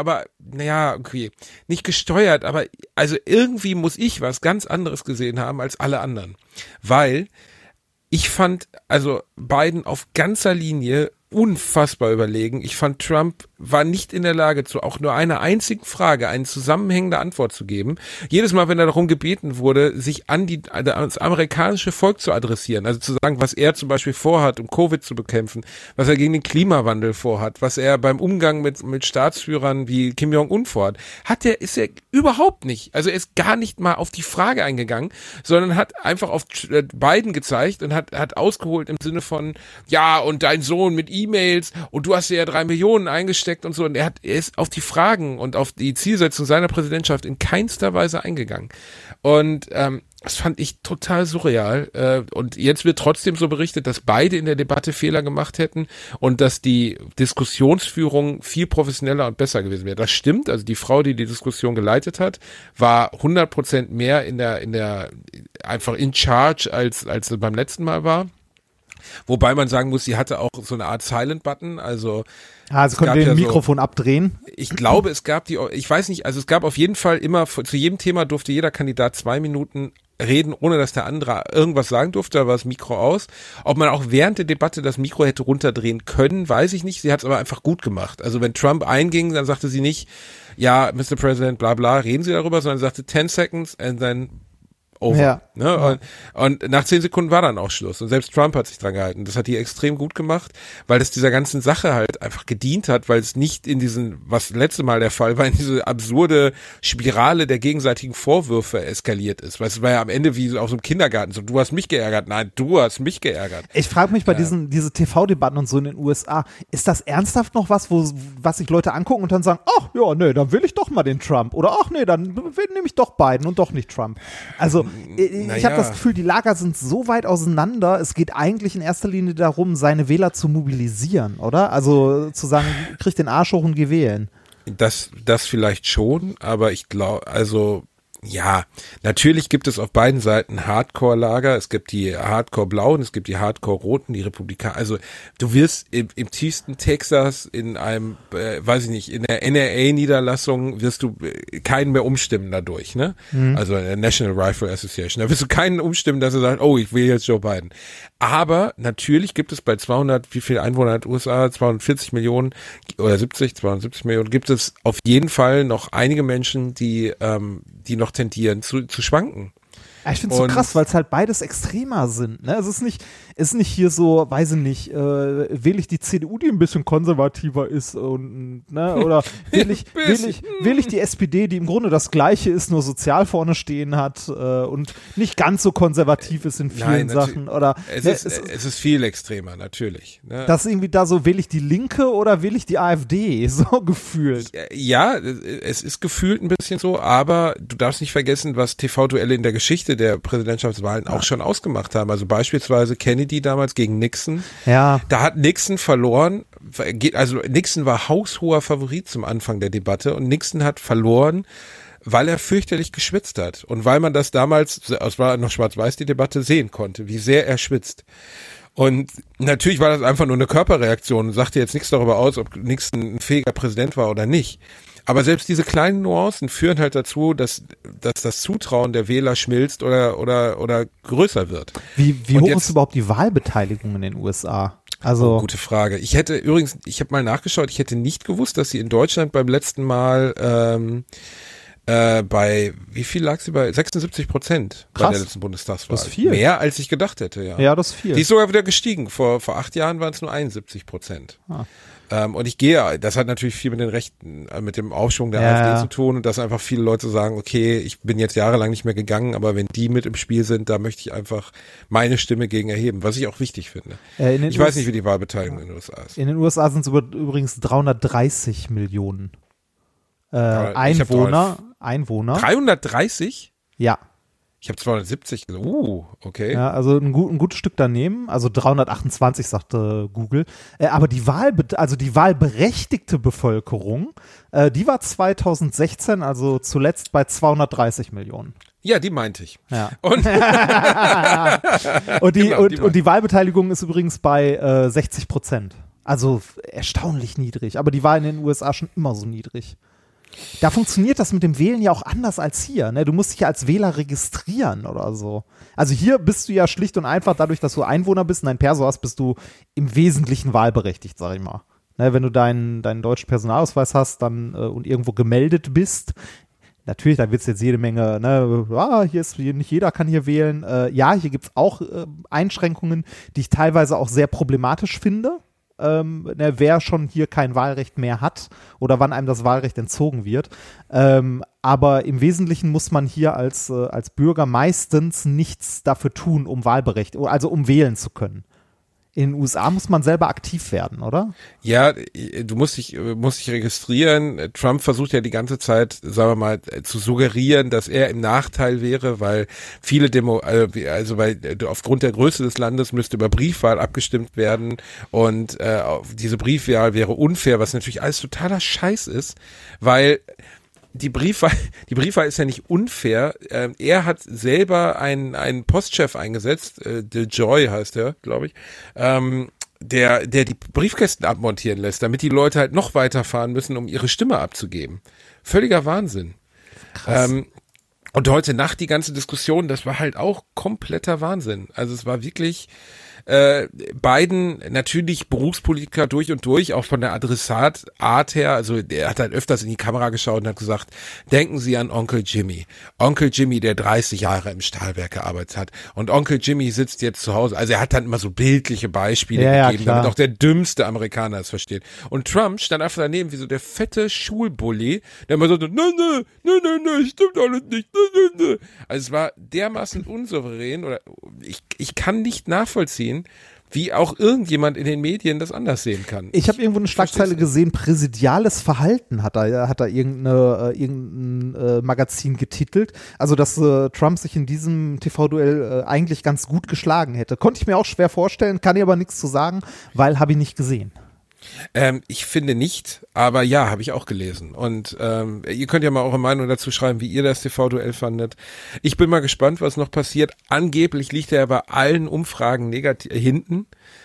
gesteuert, aber also irgendwie muss ich was ganz anderes gesehen haben als alle anderen, weil ich fand also Biden auf ganzer Linie unfassbar überlegen. Ich fand, Trump war nicht in der Lage, zu auch nur einer einzigen Frage eine zusammenhängende Antwort zu geben. Jedes Mal, wenn er darum gebeten wurde, sich an das amerikanische Volk zu adressieren, also zu sagen, was er zum Beispiel vorhat, um Covid zu bekämpfen, was er gegen den Klimawandel vorhat, was er beim Umgang mit Staatsführern wie Kim Jong-un vorhat, ist er überhaupt nicht. Also er ist gar nicht mal auf die Frage eingegangen, sondern hat einfach auf Biden gezeigt und hat ausgeholt im Sinne von, ja, und dein Sohn mit E-Mails und du hast ja 3 Millionen eingesteckt und so, und er ist auf die Fragen und auf die Zielsetzung seiner Präsidentschaft in keinster Weise eingegangen. Und das fand ich total surreal. Und jetzt wird trotzdem so berichtet, dass beide in der Debatte Fehler gemacht hätten und dass die Diskussionsführung viel professioneller und besser gewesen wäre. Das stimmt. Also die Frau, die Diskussion geleitet hat, war 100% mehr in der einfach in charge, als sie beim letzten Mal war. Wobei man sagen muss, sie hatte auch so eine Art Silent-Button, also sie konnte den Mikrofon abdrehen. Ich glaube, es gab ich weiß nicht, also es gab auf jeden Fall immer, zu jedem Thema durfte jeder Kandidat 2 Minuten reden, ohne dass der andere irgendwas sagen durfte, da war das Mikro aus. Ob man auch während der Debatte das Mikro hätte runterdrehen können, weiß ich nicht. Sie hat es aber einfach gut gemacht. Also wenn Trump einging, dann sagte sie nicht, ja, Mr. President, bla bla, reden Sie darüber, sondern sagte 10 seconds and then over. Ja. Ne? Ja. Und nach 10 Sekunden war dann auch Schluss. Und selbst Trump hat sich dran gehalten. Das hat die extrem gut gemacht, weil es dieser ganzen Sache halt einfach gedient hat, weil es nicht in diesen, was letzte Mal der Fall war, in diese absurde Spirale der gegenseitigen Vorwürfe eskaliert ist. Weil es war ja am Ende wie auf so einem Kindergarten, so, du hast mich geärgert. Nein, du hast mich geärgert. Ich frage mich bei diese TV-Debatten und so in den USA, ist das ernsthaft noch was sich Leute angucken und dann sagen, ach ja, nee, dann will ich doch mal den Trump. Oder ach nee, dann nehme ich doch Biden und doch nicht Trump. Also ich habe das Gefühl, die Lager sind so weit auseinander, es geht eigentlich in erster Linie darum, seine Wähler zu mobilisieren, oder? Also zu sagen, krieg den Arsch hoch und geh wählen. Das vielleicht schon, aber ich glaube, also ja, natürlich gibt es auf beiden Seiten Hardcore-Lager. Es gibt die Hardcore-Blauen, es gibt die Hardcore-Roten, die Republikaner. Also du wirst im tiefsten Texas in einem, weiß ich nicht, in der NRA-Niederlassung wirst du keinen mehr umstimmen dadurch, ne? Mhm. Also in der National Rifle Association. Da wirst du keinen umstimmen, dass er sagt, oh, ich will jetzt Joe Biden. Aber natürlich gibt es bei 200, wie viele Einwohner hat USA? 240 Millionen oder 270 Millionen, gibt es auf jeden Fall noch einige Menschen, die noch tendieren zu schwanken. Ja, ich finde es so krass, weil es halt beides extremer sind. Ne? Es ist nicht hier so, weiß ich nicht, wähle ich die CDU, die ein bisschen konservativer ist und ne, oder wähle ich die SPD, die im Grunde das Gleiche ist, nur sozial vorne stehen hat und nicht ganz so konservativ ist in vielen Sachen. Oder es ist viel extremer, natürlich. Ne? Das ist irgendwie da so, wähle ich die Linke oder wähle ich die AfD, so gefühlt. Ja, es ist gefühlt ein bisschen so, aber du darfst nicht vergessen, was TV-Duelle in der Geschichte der Präsidentschaftswahlen auch schon ausgemacht haben. Also beispielsweise Kennedy damals gegen Nixon. Ja. Da hat Nixon verloren. Also Nixon war haushoher Favorit zum Anfang der Debatte und Nixon hat verloren, weil er fürchterlich geschwitzt hat und weil man das damals, es war noch schwarz-weiß die Debatte, sehen konnte, wie sehr er schwitzt. Und natürlich war das einfach nur eine Körperreaktion und sagte jetzt nichts darüber aus, ob Nixon ein fähiger Präsident war oder nicht. Aber selbst diese kleinen Nuancen führen halt dazu, dass das Zutrauen der Wähler schmilzt oder größer wird. Wie hoch ist überhaupt die Wahlbeteiligung in den USA? Also gute Frage. Ich habe mal nachgeschaut, ich hätte nicht gewusst, dass sie in Deutschland beim letzten Mal bei, wie viel lag sie bei? 76% bei der letzten Bundestagswahl. Das ist viel. Mehr als ich gedacht hätte, ja. Ja, das ist viel. Die ist sogar wieder gestiegen. Vor 8 Jahren waren es nur 71%. Ah. Und das hat natürlich viel mit den Rechten, mit dem Aufschwung der AfD zu tun und dass einfach viele Leute sagen, okay, ich bin jetzt jahrelang nicht mehr gegangen, aber wenn die mit im Spiel sind, da möchte ich einfach meine Stimme gegen erheben, was ich auch wichtig finde. Ich weiß nicht, wie die Wahlbeteiligung in den USA ist. In den USA sind es übrigens 330 Millionen Einwohner. 330? Ja. Ich habe 270 gesagt. Okay. Ja, also ein gutes Stück daneben, also 328 sagte Google. Aber die wahlberechtigte Bevölkerung, die war 2016, also zuletzt bei 230 Millionen. Ja, die meinte ich. Ja. Und die Wahlbeteiligung ist übrigens bei 60%. Also erstaunlich niedrig. Aber die war in den USA schon immer so niedrig. Da funktioniert das mit dem Wählen ja auch anders als hier. Ne? Du musst dich ja als Wähler registrieren oder so. Also hier bist du ja schlicht und einfach, dadurch, dass du Einwohner bist und ein Perso hast, bist du im Wesentlichen wahlberechtigt, sag ich mal. Ne? Wenn du deinen deutschen Personalausweis hast dann und irgendwo gemeldet bist, natürlich, da wird es jetzt jede Menge, ne, nicht jeder kann hier wählen. Hier gibt es auch Einschränkungen, die ich teilweise auch sehr problematisch finde. Wer schon hier kein Wahlrecht mehr hat oder wann einem das Wahlrecht entzogen wird. Aber im Wesentlichen muss man hier als Bürger meistens nichts dafür tun, um also um wählen zu können. In den USA muss man selber aktiv werden, oder? Ja, du musst dich registrieren. Trump versucht ja die ganze Zeit, sagen wir mal, zu suggerieren, dass er im Nachteil wäre, weil viele weil aufgrund der Größe des Landes müsste über Briefwahl abgestimmt werden und diese Briefwahl wäre unfair, was natürlich alles totaler Scheiß ist, weil die Briefwahl ist ja nicht unfair. Er hat selber einen Postchef eingesetzt, DeJoy heißt er, glaube ich, der die Briefkästen abmontieren lässt, damit die Leute halt noch weiterfahren müssen, um ihre Stimme abzugeben. Völliger Wahnsinn. Krass. Und heute Nacht die ganze Diskussion, das war halt auch kompletter Wahnsinn. Also es war wirklich Biden natürlich Berufspolitiker durch und durch, auch von der Adressatart her. Also der hat halt öfters in die Kamera geschaut und hat gesagt, denken Sie an Onkel Jimmy. Onkel Jimmy, der 30 Jahre im Stahlwerk gearbeitet hat. Und Onkel Jimmy sitzt jetzt zu Hause. Also er hat dann immer so bildliche Beispiele gegeben, damit auch der dümmste Amerikaner es versteht. Und Trump stand einfach daneben wie so der fette Schulbully, der immer so, nee, stimmt alles nicht, nee. Also es war dermaßen unsouverän, oder ich kann nicht nachvollziehen, wie auch irgendjemand in den Medien das anders sehen kann. Ich habe irgendwo eine Schlagzeile gesehen, präsidiales Verhalten hat da irgendein Magazin getitelt. Also, dass Trump sich in diesem TV-Duell eigentlich ganz gut geschlagen hätte. Konnte ich mir auch schwer vorstellen, kann ich aber nichts zu sagen, weil habe ich nicht gesehen. Ich finde nicht, aber ja, habe ich auch gelesen. Und ihr könnt ja mal eure Meinung dazu schreiben, wie ihr das TV-Duell fandet. Ich bin mal gespannt, was noch passiert. Angeblich liegt er ja bei allen Umfragen negativ hinten.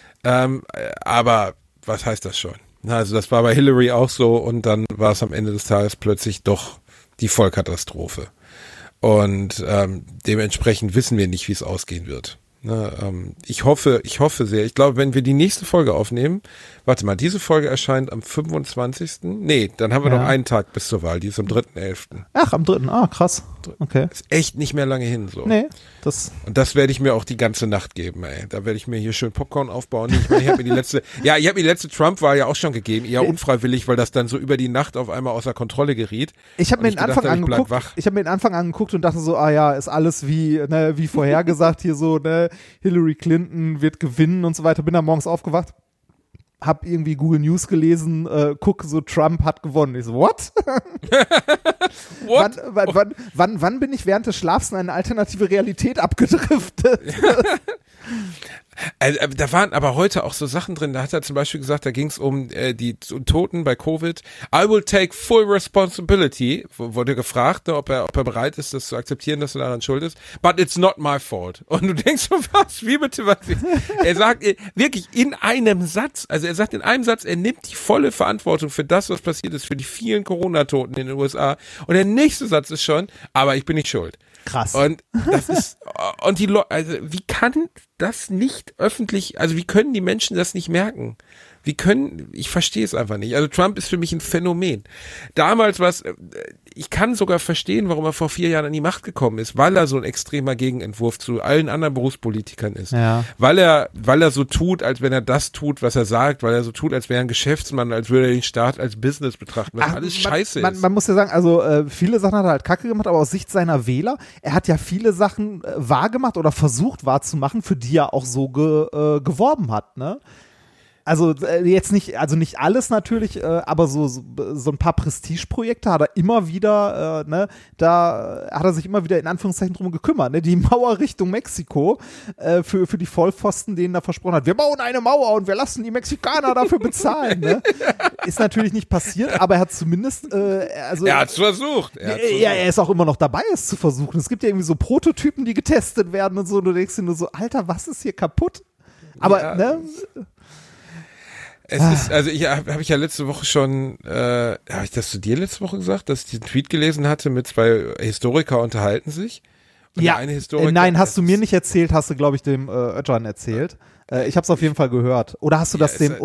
Aber was heißt das schon? Also das war bei Hillary auch so und dann war es am Ende des Tages plötzlich doch die Vollkatastrophe. Und dementsprechend wissen wir nicht, wie es ausgehen wird. Ich hoffe sehr. Ich glaube, wenn wir die nächste Folge aufnehmen, warte mal, diese Folge erscheint am 25. Nee, dann haben wir noch einen Tag bis zur Wahl, die ist am 3.11. Ach, am 3. Krass. Okay. Ist echt nicht mehr lange hin, so. Nee, und das werde ich mir auch die ganze Nacht geben, ey. Da werde ich mir hier schön Popcorn aufbauen. Ich meine, ich habe mir die letzte Trump-Wahl ja auch schon gegeben, eher unfreiwillig, weil das dann so über die Nacht auf einmal außer Kontrolle geriet. Ich habe mir den Anfang angeguckt und dachte so, ist alles wie vorhergesagt hier so, ne, Hillary Clinton wird gewinnen und so weiter. Bin dann morgens aufgewacht, hab irgendwie Google News gelesen, guck so, Trump hat gewonnen. Ich so, what? What? Wann bin ich während des Schlafs in eine alternative Realität abgedriftet? Da waren aber heute auch so Sachen drin, da hat er zum Beispiel gesagt, da ging es um die Toten bei Covid. I will take full responsibility, wurde gefragt, ne, ob er bereit ist, das zu akzeptieren, dass er daran schuld ist. But it's not my fault. Und du denkst so, was? Wie bitte? Was? Er sagt wirklich in einem Satz, also er sagt in einem Satz, er nimmt die volle Verantwortung für das, was passiert ist, für die vielen Corona-Toten in den USA. Und der nächste Satz ist schon, aber ich bin nicht schuld. Krass. Und das ist, und die Leute, also wie kann das nicht öffentlich, also wie können die Menschen das nicht merken? Ich verstehe es einfach nicht. Also Trump ist für mich ein Phänomen. Damals ich kann sogar verstehen, warum er vor 4 Jahren an die Macht gekommen ist, weil er so ein extremer Gegenentwurf zu allen anderen Berufspolitikern ist. Ja. Weil er so tut, als wenn er das tut, was er sagt, weil er so tut, als wäre er ein Geschäftsmann, als würde er den Staat als Business betrachten, was alles scheiße ist. Man muss ja sagen, also viele Sachen hat er halt kacke gemacht, aber aus Sicht seiner Wähler, er hat ja viele Sachen wahrgemacht oder versucht wahrzumachen, für die er auch so geworben hat, ne? Also jetzt nicht, also nicht alles natürlich, aber so ein paar Prestigeprojekte hat er immer wieder, da hat er sich immer wieder in Anführungszeichen drum gekümmert, ne? Die Mauer Richtung Mexiko für die Vollpfosten, denen er versprochen hat, wir bauen eine Mauer und wir lassen die Mexikaner dafür bezahlen, ne? Ist natürlich nicht passiert, aber er hat zumindest, er hat es versucht. Er ist auch immer noch dabei, es zu versuchen. Es gibt ja irgendwie so Prototypen, die getestet werden und so, und du denkst dir nur so, Alter, was ist hier kaputt? Aber, ja. Ne? Es ist, also habe ich ja letzte Woche schon, habe ich das zu dir letzte Woche gesagt, dass ich den Tweet gelesen hatte, mit 2 Historiker unterhalten sich? Und ja, eine Historiker, nein, hast du mir nicht erzählt, hast du, glaube ich, dem Özcan erzählt. Ich habe es auf jeden Fall gehört. Oder hast du das dem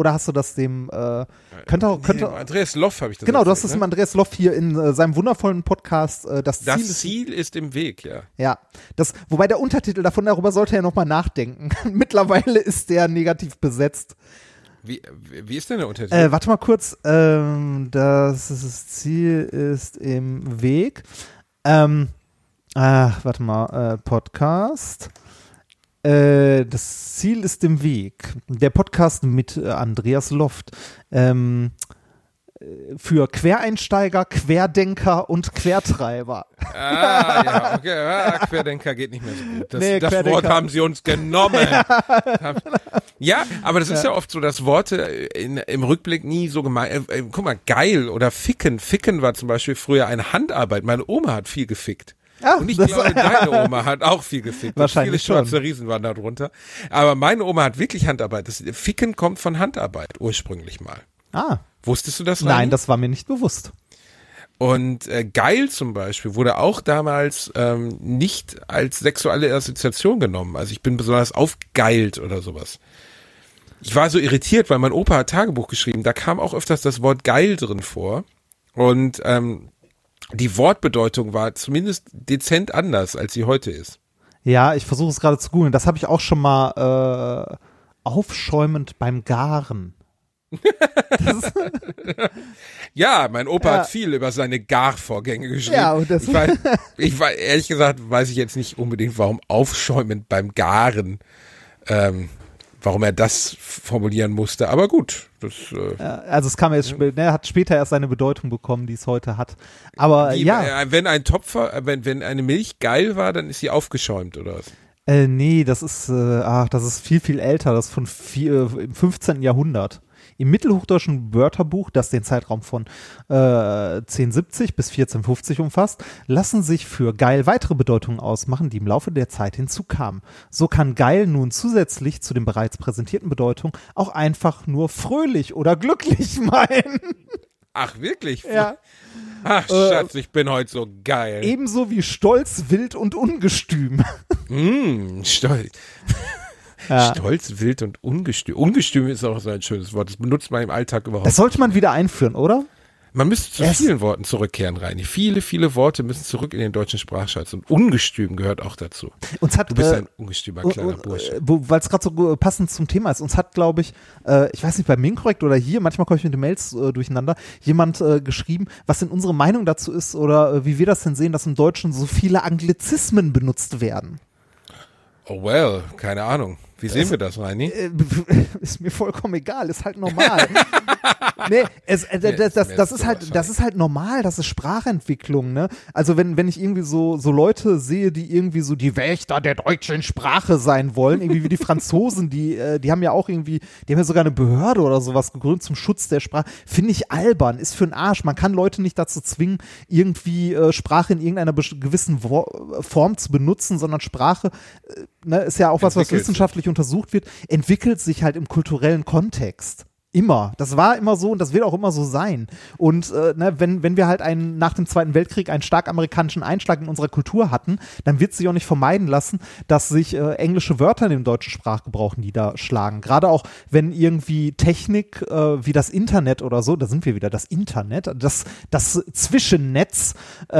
könnte Andreas Loff habe ich das genau, erzählt, du hast es dem Andreas Loff hier in seinem wundervollen Podcast Das Ziel ist im Weg, ja. Ja, wobei der Untertitel darüber sollte er nochmal nachdenken. Mittlerweile ist der negativ besetzt. Wie ist denn der Untertitel? Warte mal kurz. Das Ziel ist im Weg. Warte mal. Podcast. Das Ziel ist im Weg. Der Podcast mit Andreas Loft. für Quereinsteiger, Querdenker und Quertreiber. Ja, okay. Querdenker geht nicht mehr so gut. Das Wort haben sie uns genommen. Ja, aber das ist ja oft so, dass Worte im Rückblick nie so gemeint. Guck mal, geil oder ficken. Ficken war zum Beispiel früher eine Handarbeit. Meine Oma hat viel gefickt. Ja, und ich glaube, deine Oma hat auch viel gefickt. Wahrscheinlich viele schwarze Riesen waren da drunter. Aber meine Oma hat wirklich Handarbeit. Das Ficken kommt von Handarbeit ursprünglich mal. Wusstest du das? Nein, Rani? das war mir nicht bewusst. Und geil zum Beispiel wurde auch damals nicht als sexuelle Assoziation genommen. Also ich bin besonders aufgeilt oder sowas. Ich war so irritiert, weil mein Opa hat Tagebuch geschrieben. Da kam auch öfters das Wort geil drin vor. Und die Wortbedeutung war zumindest dezent anders, als sie heute ist. Ja, ich versuche es gerade zu googeln. Das habe ich auch schon mal aufschäumend beim Garen. Ja, mein Opa hat viel über seine Garvorgänge geschrieben. Ja, und das ich weiß, ehrlich gesagt, weiß ich jetzt nicht unbedingt, warum aufschäumend beim Garen, warum er das formulieren musste. Aber gut, das. Also es kam jetzt, hat später erst seine Bedeutung bekommen, die es heute hat. Aber wenn ein Topfer, wenn eine Milch geil war, dann ist sie aufgeschäumt oder was? Nee, das ist viel, viel älter. Das ist im 15. Jahrhundert. Im mittelhochdeutschen Wörterbuch, das den Zeitraum von 1070 bis 1450 umfasst, lassen sich für geil weitere Bedeutungen ausmachen, die im Laufe der Zeit hinzukamen. So kann geil nun zusätzlich zu den bereits präsentierten Bedeutungen auch einfach nur fröhlich oder glücklich meinen. Ach, wirklich? Ja. Ach, Schatz, ich bin heute so geil. Ebenso wie stolz, wild und ungestüm. Stolz. Ja. Stolz, wild und ungestüm. Ungestüm ist auch so ein schönes Wort. Das benutzt man im Alltag überhaupt. Das sollte man wieder einführen, oder? Man müsste zu vielen Worten zurückkehren, Reini. Viele, viele Worte müssen zurück in den deutschen Sprachschatz. Und ungestüm gehört auch dazu. Du bist ein ungestümer kleiner Bursche. Weil es gerade so passend zum Thema ist. Uns hat, glaube ich weiß nicht, bei Minkorrekt oder hier, manchmal komme ich mit den Mails durcheinander, jemand geschrieben, was denn unsere Meinung dazu ist oder wie wir das denn sehen, dass im Deutschen so viele Anglizismen benutzt werden. Oh well, keine Ahnung. Wie sehen wir das, Reini? Ist mir vollkommen egal, ist halt normal. Nee, das ist halt normal, das ist Sprachentwicklung, ne? Also wenn ich irgendwie so Leute sehe, die irgendwie so die Wächter der deutschen Sprache sein wollen, irgendwie wie die Franzosen, die haben ja auch irgendwie, die haben ja sogar eine Behörde oder sowas gegründet zum Schutz der Sprache, finde ich albern, ist für den Arsch. Man kann Leute nicht dazu zwingen, irgendwie Sprache in irgendeiner gewissen Form zu benutzen, sondern Sprache, ist ja auch was wissenschaftlich untersucht wird, entwickelt sich halt im kulturellen Kontext. Immer. Das war immer so und das wird auch immer so sein. Und wenn wir halt nach dem Zweiten Weltkrieg einen stark amerikanischen Einschlag in unserer Kultur hatten, dann wird sich auch nicht vermeiden lassen, dass sich englische Wörter in dem deutschen Sprachgebrauch niederschlagen. Gerade auch, wenn irgendwie Technik wie das Internet oder so, da sind wir wieder, das Internet, das Zwischennetz,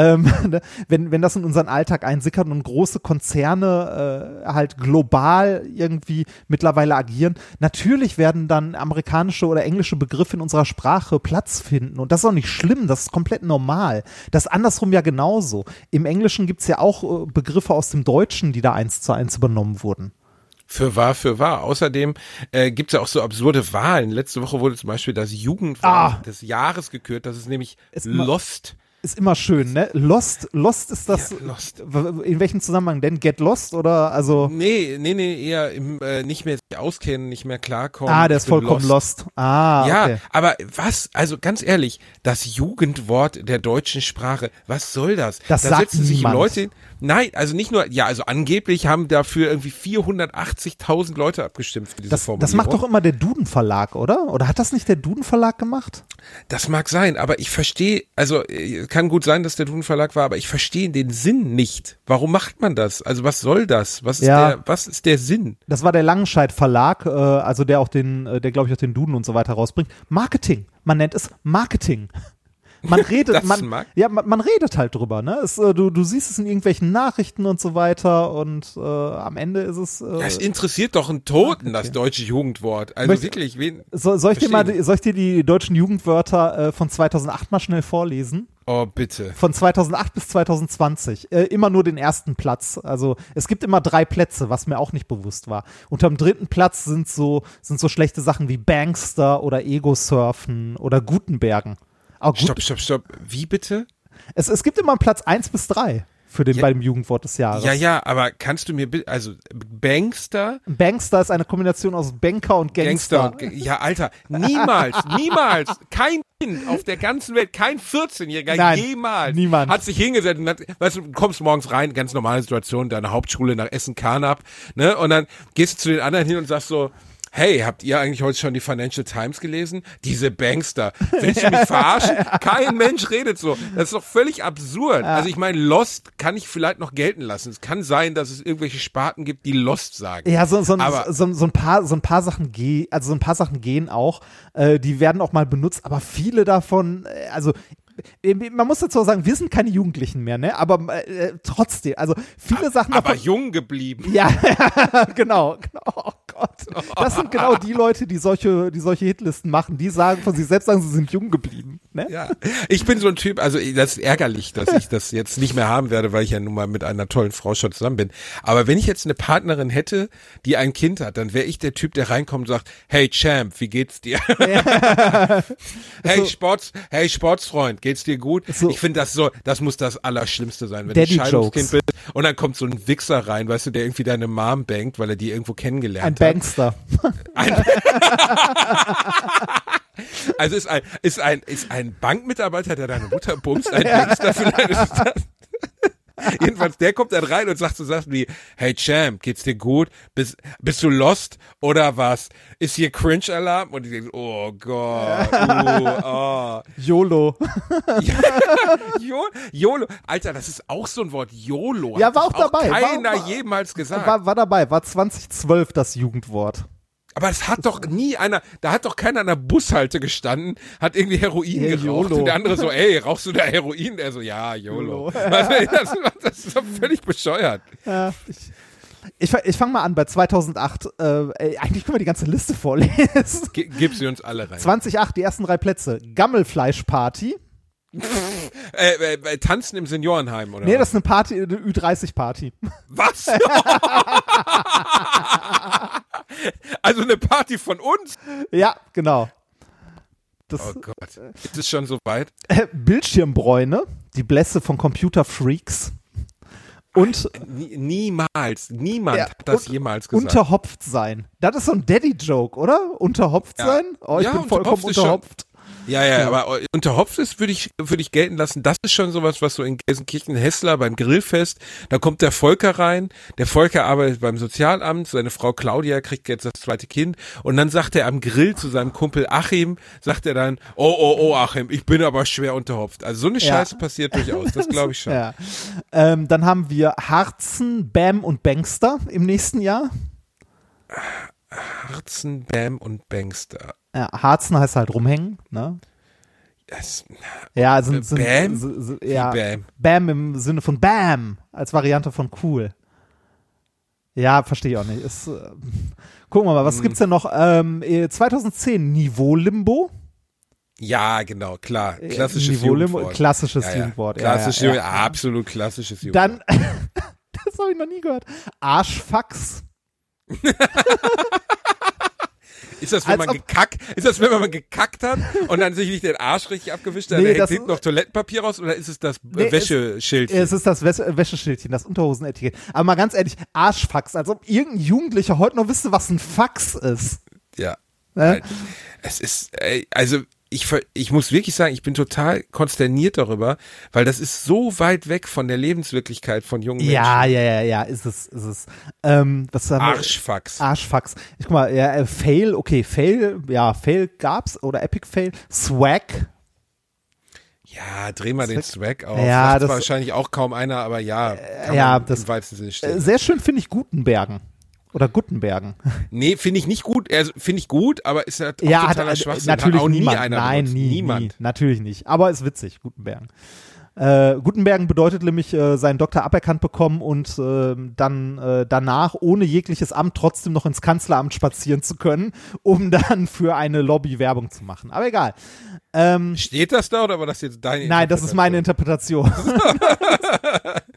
wenn das in unseren Alltag einsickert und große Konzerne halt global irgendwie mittlerweile agieren, natürlich werden dann amerikanische oder englische Begriffe in unserer Sprache Platz finden. Und das ist auch nicht schlimm, das ist komplett normal. Das ist andersrum ja genauso. Im Englischen gibt es ja auch Begriffe aus dem Deutschen, die da 1:1 übernommen wurden. Für wahr. Außerdem gibt es ja auch so absurde Wahlen. Letzte Woche wurde zum Beispiel das Jugendwahl des Jahres gekürt. Das ist nämlich Lost. Ist immer schön, ne? Lost ist das. Ja, Lost. In welchem Zusammenhang denn? Get Lost oder also? Nee, eher im nicht mehr sich auskennen, nicht mehr klarkommen. Der ist vollkommen lost. Ja, okay. Aber was, also ganz ehrlich, das Jugendwort der deutschen Sprache, was soll das? Das da sagt setzen sich niemand. Leute, nein, also nicht nur, also angeblich haben dafür irgendwie 480.000 Leute abgestimmt für diese Formulierung. Das macht doch immer der Duden Verlag, oder? Oder hat das nicht der Duden Verlag gemacht? Das mag sein, aber ich verstehe, also kann gut sein, dass der Duden Verlag war, aber ich verstehe den Sinn nicht. Warum macht man das? Also was soll das? Was ist der Sinn? Das war der Langenscheidt Verlag, also der glaube ich auch den Duden und so weiter rausbringt. Marketing. Man nennt es Marketing. Man redet, man redet halt drüber, ne? Du siehst es in irgendwelchen Nachrichten und so weiter und am Ende ist es. Es interessiert doch einen Toten, das deutsche Jugendwort. Also wirklich, wen? Soll ich dir die deutschen Jugendwörter von 2008 mal schnell vorlesen? Oh, bitte. Von 2008 bis 2020. Immer nur den ersten Platz. Also es gibt immer 3 Plätze, was mir auch nicht bewusst war. Unterm 3. Platz sind so schlechte Sachen wie Bankster oder Ego-Surfen oder Gutenbergen. Oh, gut. Stopp. Wie bitte? Es gibt immer Platz 1 bis 3 bei dem Jugendwort des Jahres. Ja, aber kannst du mir bitte, also Bankster? Bankster ist eine Kombination aus Banker und Gangster. Ja, Alter, niemals, kein Kind auf der ganzen Welt, kein 14-Jähriger jemals niemand hat sich hingesetzt und hat, weißt du kommst morgens rein, ganz normale Situation, deine Hauptschule nach Essen-Karnap, ne, und dann gehst du zu den anderen hin und sagst so, hey, habt ihr eigentlich heute schon die Financial Times gelesen? Diese Bankster. Willst du mich verarschen? Kein Mensch redet so. Das ist doch völlig absurd. Ja. Also ich meine, Lost kann ich vielleicht noch gelten lassen. Es kann sein, dass es irgendwelche Sparten gibt, die Lost sagen. Ja, so ein paar Sachen gehen auch. Die werden auch mal benutzt, aber viele davon, also man muss dazu sagen, wir sind keine Jugendlichen mehr, ne? Aber trotzdem, also viele Sachen. Aber jung geblieben. Ja, genau. Oh Gott. Das sind genau die Leute, die solche Hitlisten machen. Die sagen von sich selbst, sie sind jung geblieben. Ne? Ja, ich bin so ein Typ, also das ist ärgerlich, dass ich das jetzt nicht mehr haben werde, weil ich ja nun mal mit einer tollen Frau schon zusammen bin. Aber wenn ich jetzt eine Partnerin hätte, die ein Kind hat, dann wäre ich der Typ, der reinkommt und sagt, hey Champ, wie geht's dir? Ja. Hey Sportsfreund, geht's dir gut? So. Ich finde das muss das Allerschlimmste sein, wenn du ein Scheidungskind bist und dann kommt so ein Wichser rein, weißt du, der irgendwie deine Mom bankt, weil er die irgendwo kennengelernt hat. Ein Bankster. Also ist ein Bankmitarbeiter, der deine Mutter bumst, ein Bankster vielleicht ist das. Jedenfalls, der kommt dann rein und sagt so Sachen wie, hey Champ, geht's dir gut? Bist du lost oder was? Ist hier Cringe-Alarm? Und ich denke, oh Gott, YOLO. YOLO. Alter, das ist auch so ein Wort, YOLO. Ja, war auch dabei. Keiner jemals gesagt. War dabei, war 2012 das Jugendwort. Aber es hat doch da hat doch keiner an der Bushalte gestanden, hat irgendwie Heroin geraucht YOLO. Und der andere so, ey, rauchst du da Heroin? Der so, ja, YOLO. Das ist doch völlig bescheuert. Ja, ich fange mal an bei 2008. Eigentlich können wir die ganze Liste vorlesen. Gib sie uns alle rein. 2008, die ersten 3 Plätze. Gammelfleischparty. Tanzen im Seniorenheim, oder? Nee, das ist eine Party, eine Ü30-Party. Was? Also eine Party von uns? Ja, genau. Oh Gott. Ist es schon so weit? Bildschirmbräune, die Blässe von Computerfreaks. Und niemals, niemand hat das jemals gesagt. Unterhopft sein. Das ist so ein Daddy-Joke, oder? Unterhopft sein? Oh, ich bin vollkommen unterhopft. Ja, aber unterhopft ist, würde ich gelten lassen, das ist schon sowas, was so in Gelsenkirchen-Hessler beim Grillfest, da kommt der Volker rein, der Volker arbeitet beim Sozialamt, seine Frau Claudia kriegt jetzt das 2. Kind und dann sagt er am Grill zu seinem Kumpel Achim, sagt er dann, oh Achim, ich bin aber schwer unterhopft. Also so eine Scheiße passiert durchaus, das glaube ich schon. Ja. Dann haben wir Harzen, Bam und Bankster im nächsten Jahr. Harzen, Bam und Bankster. Ja, Harzen heißt halt rumhängen, ne? Yes. Ja, Bam? Bam. Bam im Sinne von Bam, als Variante von cool. Ja, verstehe ich auch nicht. Gucken wir mal, was gibt's denn noch? 2010 Niveau-Limbo. Ja, genau, klar. Klassisches Jugendwort. Klassisches Jugendwort. Absolut klassisches Jugendwort. Dann, das habe ich noch nie gehört, Arschfax. Ist das, wenn man gekackt hat und dann sich nicht den Arsch richtig abgewischt hat, hängt hinten noch Toilettenpapier raus oder ist es das Wäscheschildchen? Es ist das Wäscheschildchen, das Unterhosenetikett. Aber mal ganz ehrlich, Arschfax, als ob irgendein Jugendlicher heute noch wüsste, was ein Fax ist. Ja. Es ist, also ich muss wirklich sagen, ich bin total konsterniert darüber, weil das ist so weit weg von der Lebenswirklichkeit von jungen Menschen. Ja, ist es. Was haben Arschfax. Arschfax. Ich guck mal, Fail, okay, Fail gab's oder Epic Fail. Swag. Ja, dreh mal den Swag auf. Ja, das wahrscheinlich auch kaum einer, aber ja, das im weitesten Sinne stehen. Sehr schön finde ich Gutenbergen. Oder Guttenbergen. Nee, finde ich nicht gut. Also, finde ich gut, aber ist halt auch totaler Schwachsinn. Natürlich hat auch niemand. Nie einer Nein, benutzt. niemand. Nie, natürlich nicht. Aber ist witzig, Gutenbergen. Gutenbergen bedeutet nämlich, seinen Doktor aberkannt bekommen und dann danach ohne jegliches Amt trotzdem noch ins Kanzleramt spazieren zu können, um dann für eine Lobby Werbung zu machen. Aber egal. Steht das da oder war das jetzt deine Interpretation? Nein, das ist meine Interpretation.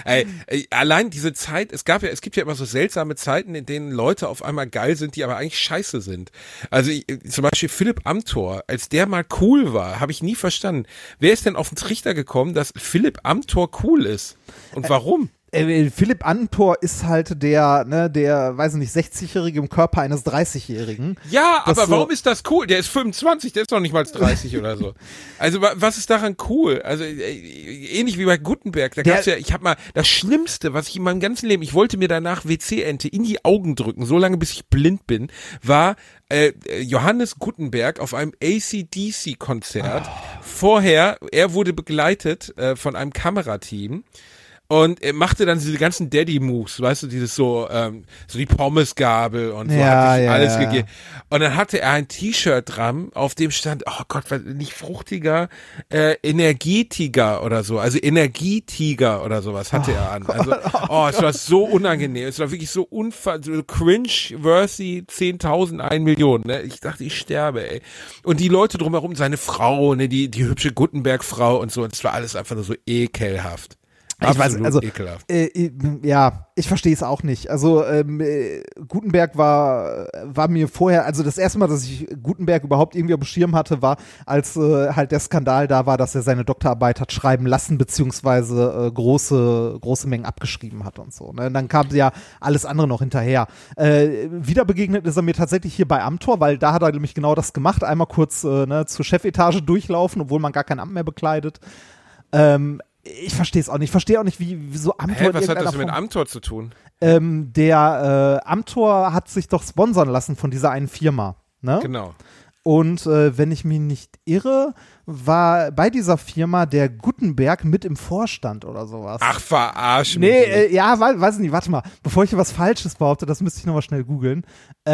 Allein diese Zeit, es gibt ja immer so seltsame Zeiten, in denen Leute auf einmal geil sind, die aber eigentlich scheiße sind. Also zum Beispiel Philipp Amthor, als der mal cool war, habe ich nie verstanden. Wer ist denn auf den Trichter gekommen, dass Philipp Amthor cool ist? Und warum? Philipp Amthor ist halt der, weiß ich nicht, 60-Jährige im Körper eines 30-Jährigen. Ja, aber warum ist das cool? Der ist 25, der ist doch nicht mal 30 oder so. Also was ist daran cool? Also ähnlich wie bei Gutenberg, da gab's ja, ich habe mal das Schlimmste, was ich in meinem ganzen Leben, ich wollte mir danach WC-Ente in die Augen drücken, so lange bis ich blind bin, war Johannes Gutenberg auf einem AC/DC-Konzert. Vorher, er wurde begleitet von einem Kamerateam. Und er machte dann diese ganzen Daddy-Moves, weißt du, dieses so die Pommesgabel und so hat sich alles gegeben. Und dann hatte er ein T-Shirt dran, auf dem stand, oh Gott, nicht fruchtiger, Energietiger oder so, also Energietiger oder sowas hatte er an. Also, es war so unangenehm, es war wirklich so cringe-worthy, 10.000, 1 Million, ne? Ich dachte, ich sterbe, ey. Und die Leute drumherum, seine Frau, ne, die hübsche Gutenberg-Frau und so, und es war alles einfach nur so ekelhaft. Ich weiß, also ich verstehe es auch nicht. Also Gutenberg war mir vorher, also das erste Mal, dass ich Gutenberg überhaupt irgendwie auf dem Schirm hatte, war, als halt der Skandal da war, dass er seine Doktorarbeit hat schreiben lassen, beziehungsweise große Mengen abgeschrieben hat und so. Ne? Und dann kam ja alles andere noch hinterher. Wieder begegnet ist er mir tatsächlich hier bei Amthor, weil da hat er nämlich genau das gemacht. Einmal kurz zur Chefetage durchlaufen, obwohl man gar kein Amt mehr bekleidet. Ich verstehe es auch nicht. Ich verstehe auch nicht, wie so Amthor. Was hat das mit Amthor zu tun? Der Amthor hat sich doch sponsern lassen von dieser einen Firma. Ne? Genau. Und wenn ich mich nicht irre, war bei dieser Firma der Gutenberg mit im Vorstand oder sowas. Ach, verarsch mich. Nee, weiß nicht, warte mal. Bevor ich hier was Falsches behaupte, das müsste ich nochmal schnell googeln.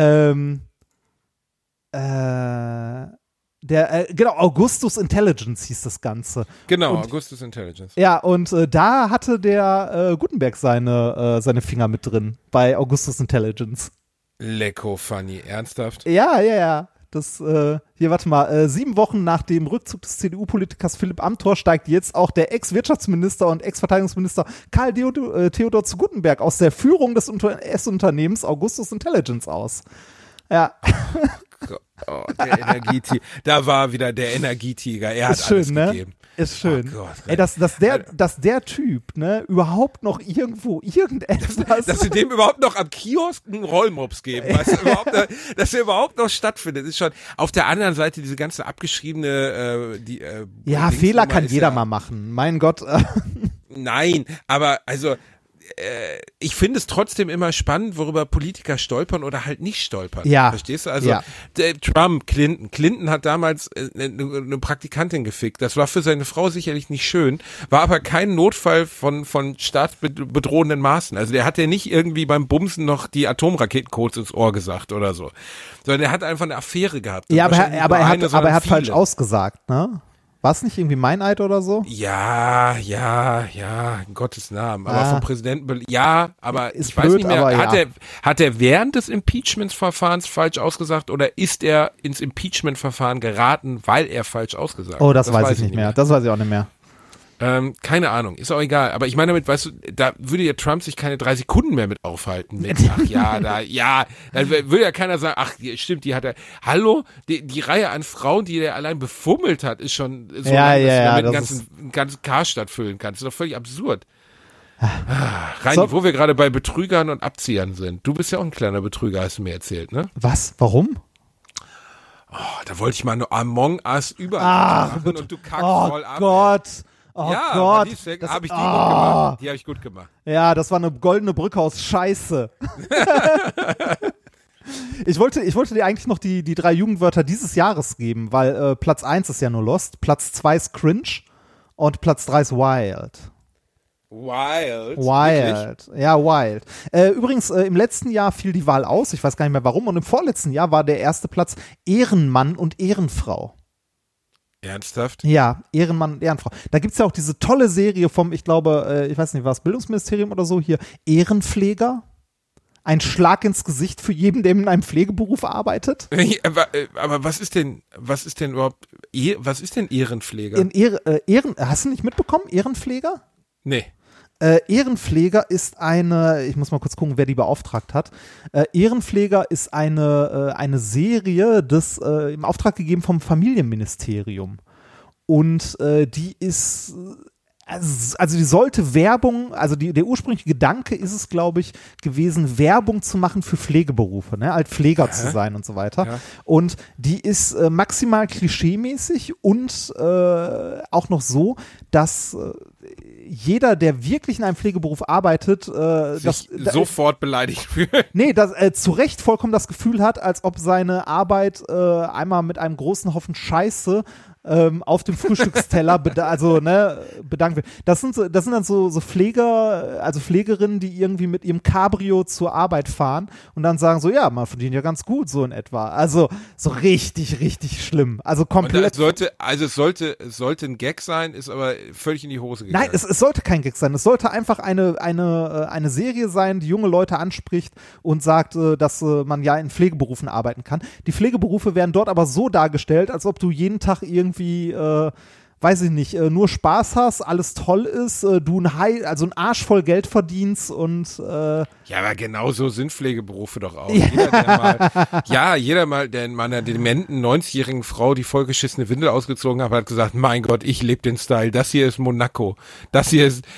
Genau, Augustus Intelligence hieß das Ganze. Genau, und, Augustus Intelligence. Ja, und da hatte der Gutenberg seine Finger mit drin, bei Augustus Intelligence. Lecko funny, ernsthaft? Ja. Das, hier, warte mal, 7 Wochen nach dem Rückzug des CDU-Politikers Philipp Amthor steigt jetzt auch der Ex-Wirtschaftsminister und Ex-Verteidigungsminister Karl Theodor zu Gutenberg aus der Führung des US-Unternehmens Augustus Intelligence aus. Ja. Oh, der Energietiger. Da war wieder der Energietiger. Er hat alles gegeben. Ist schön. Oh Gott, ey, dass der Typ, ne, überhaupt noch irgendwo irgendetwas. Dass sie dem überhaupt noch am Kiosk einen Rollmops geben, weißt du, dass er überhaupt noch stattfindet, ist schon. Auf der anderen Seite diese ganze abgeschriebene, Fehler kann jeder mal machen. Mein Gott. Nein, aber also, ich finde es trotzdem immer spannend, worüber Politiker stolpern oder halt nicht stolpern. Ja. Verstehst du? Also Trump, Clinton hat damals eine Praktikantin gefickt. Das war für seine Frau sicherlich nicht schön, war aber kein Notfall von staatsbedrohenden Maßen. Also der hat ja nicht irgendwie beim Bumsen noch die Atomraketencodes ins Ohr gesagt oder so, sondern er hat einfach eine Affäre gehabt. Ja, aber er hat falsch ausgesagt, ne? War es nicht irgendwie Meineid oder so? Ja, in Gottes Namen. Aber vom Präsidenten, aber ist ich weiß blöd, nicht mehr, aber hat er während des Impeachment-Verfahrens falsch ausgesagt oder ist er ins Impeachment-Verfahren geraten, weil er falsch ausgesagt hat? Oh, das weiß ich nicht mehr. Das weiß ich auch nicht mehr. Keine Ahnung, ist auch egal. Aber ich meine damit, weißt du, da würde ja Trump sich keine 3 Sekunden mehr mit aufhalten. Dann würde ja keiner sagen, ach, stimmt, die hat er. Hallo, die Reihe an Frauen, die er allein befummelt hat, ist schon so lang, dass du damit einen ganzen Karstadt füllen kannst. Das ist doch völlig absurd. Reini, wo wir gerade bei Betrügern und Abziehern sind. Du bist ja auch ein kleiner Betrüger, hast du mir erzählt, ne? Was? Warum? Oh, da wollte ich mal nur Among Us machen und du kackst voll ab. Oh Gott. Oh ja, Gott. Die habe ich gut gemacht. Die habe ich gut gemacht. Ja, das war eine goldene Brücke aus Scheiße. Ich wollte dir eigentlich noch die 3 Jugendwörter dieses Jahres geben, weil Platz 1 ist ja nur Lost, Platz 2 ist Cringe und Platz 3 ist Wild. Wild? Ja, Wild. Übrigens, im letzten Jahr fiel die Wahl aus, ich weiß gar nicht mehr warum, und im vorletzten Jahr war der erste Platz Ehrenmann und Ehrenfrau. Ernsthaft? Ja, Ehrenmann und Ehrenfrau. Da gibt es ja auch diese tolle Serie vom, ich glaube, ich weiß nicht, war es Bildungsministerium oder so, hier, Ehrenpfleger. Ein Schlag ins Gesicht für jeden, der in einem Pflegeberuf arbeitet. Aber was ist denn überhaupt, was ist denn Ehrenpfleger? Hast du nicht mitbekommen, Ehrenpfleger? Nee. Ehrenpfleger ist ich muss mal kurz gucken, wer die beauftragt hat. Ehrenpfleger ist eine Serie, im Auftrag gegeben vom Familienministerium. Und die ist, also die sollte Werbung, also der ursprüngliche Gedanke ist es, glaube ich, gewesen, Werbung zu machen für Pflegeberufe, ne, halt Pfleger zu sein und so weiter. Ja. Und die ist maximal klischeemäßig und auch noch so, dass jeder, der wirklich in einem Pflegeberuf arbeitet, sofort beleidigt fühlt. Nee, zu Recht vollkommen das Gefühl hat, als ob seine Arbeit einmal mit einem großen Haufen Scheiße auf dem Frühstücksteller bedankt wird. Das sind dann so Pfleger, also Pflegerinnen, die irgendwie mit ihrem Cabrio zur Arbeit fahren und dann sagen so, ja, man verdient ja ganz gut, so in etwa. Also so richtig, richtig schlimm. Also komplett. Es sollte ein Gag sein, ist aber völlig in die Hose gegangen. Nein, es sollte kein Gag sein. Es sollte einfach eine Serie sein, die junge Leute anspricht und sagt, dass man ja in Pflegeberufen arbeiten kann. Die Pflegeberufe werden dort aber so dargestellt, als ob du jeden Tag irgendwie, weiß ich nicht, nur Spaß hast, alles toll ist, du ein Arsch voll Geld verdienst und ja, aber genau so sind Pflegeberufe doch auch. Jeder mal, der in meiner dementen 90-jährigen Frau die vollgeschissene Windel ausgezogen hat gesagt, mein Gott, ich lebe den Style, das hier ist Monaco. Das hier ist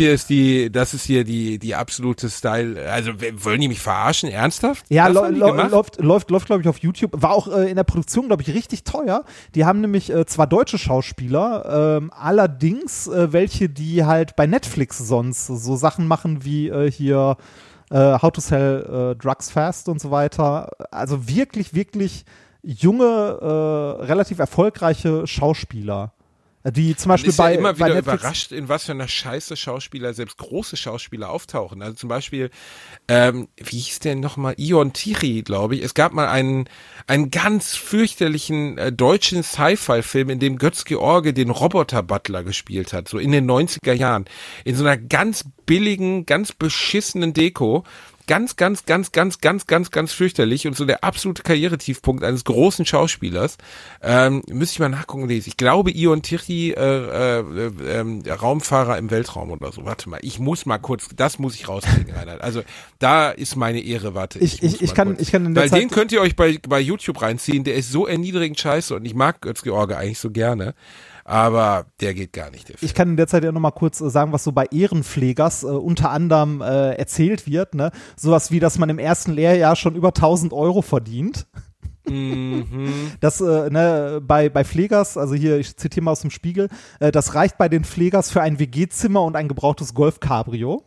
die absolute Style. Also, wollen die mich verarschen? Ernsthaft? Ja, läuft, glaube ich, auf YouTube. War auch in der Produktion, glaube ich, richtig teuer. Die haben nämlich zwar deutsche Schauspieler, allerdings welche, die halt bei Netflix sonst so Sachen machen wie hier How to Sell Drugs Fast und so weiter. Also wirklich, wirklich junge, relativ erfolgreiche Schauspieler. Die zum Beispiel bei immer wieder überrascht, in was für einer Scheiße Schauspieler, selbst große Schauspieler auftauchen. Also zum Beispiel, wie hieß der nochmal? Ion Tirri, glaube ich. Es gab mal einen ganz fürchterlichen deutschen Sci-Fi-Film, in dem Götz-George den Roboter-Butler gespielt hat, so in den 90er Jahren. In so einer ganz billigen, ganz beschissenen Deko. Ganz fürchterlich und so der absolute Karrieretiefpunkt eines großen Schauspielers. Müsste ich mal nachgucken, lesen. Ich glaube, Ion Tirri, Raumfahrer im Weltraum oder so. Warte mal, ich muss mal kurz, das muss ich rauskriegen, Reinhard. Also, da ist meine Ehre, warte. Ich kann in der Weil Zeit, den könnt ihr euch bei YouTube reinziehen, der ist so erniedrigend scheiße und ich mag Götz-George eigentlich so gerne. Aber der geht gar nicht. Ich kann in der Zeit ja noch mal kurz sagen, was so bei Ehrenpflegers unter anderem erzählt wird. Ne? Sowas wie, dass man im ersten Lehrjahr schon über 1.000 Euro verdient. Mhm. Das bei Pflegers, also hier, ich zitiere mal aus dem Spiegel, das reicht bei den Pflegers für ein WG-Zimmer und ein gebrauchtes Golf-Cabrio.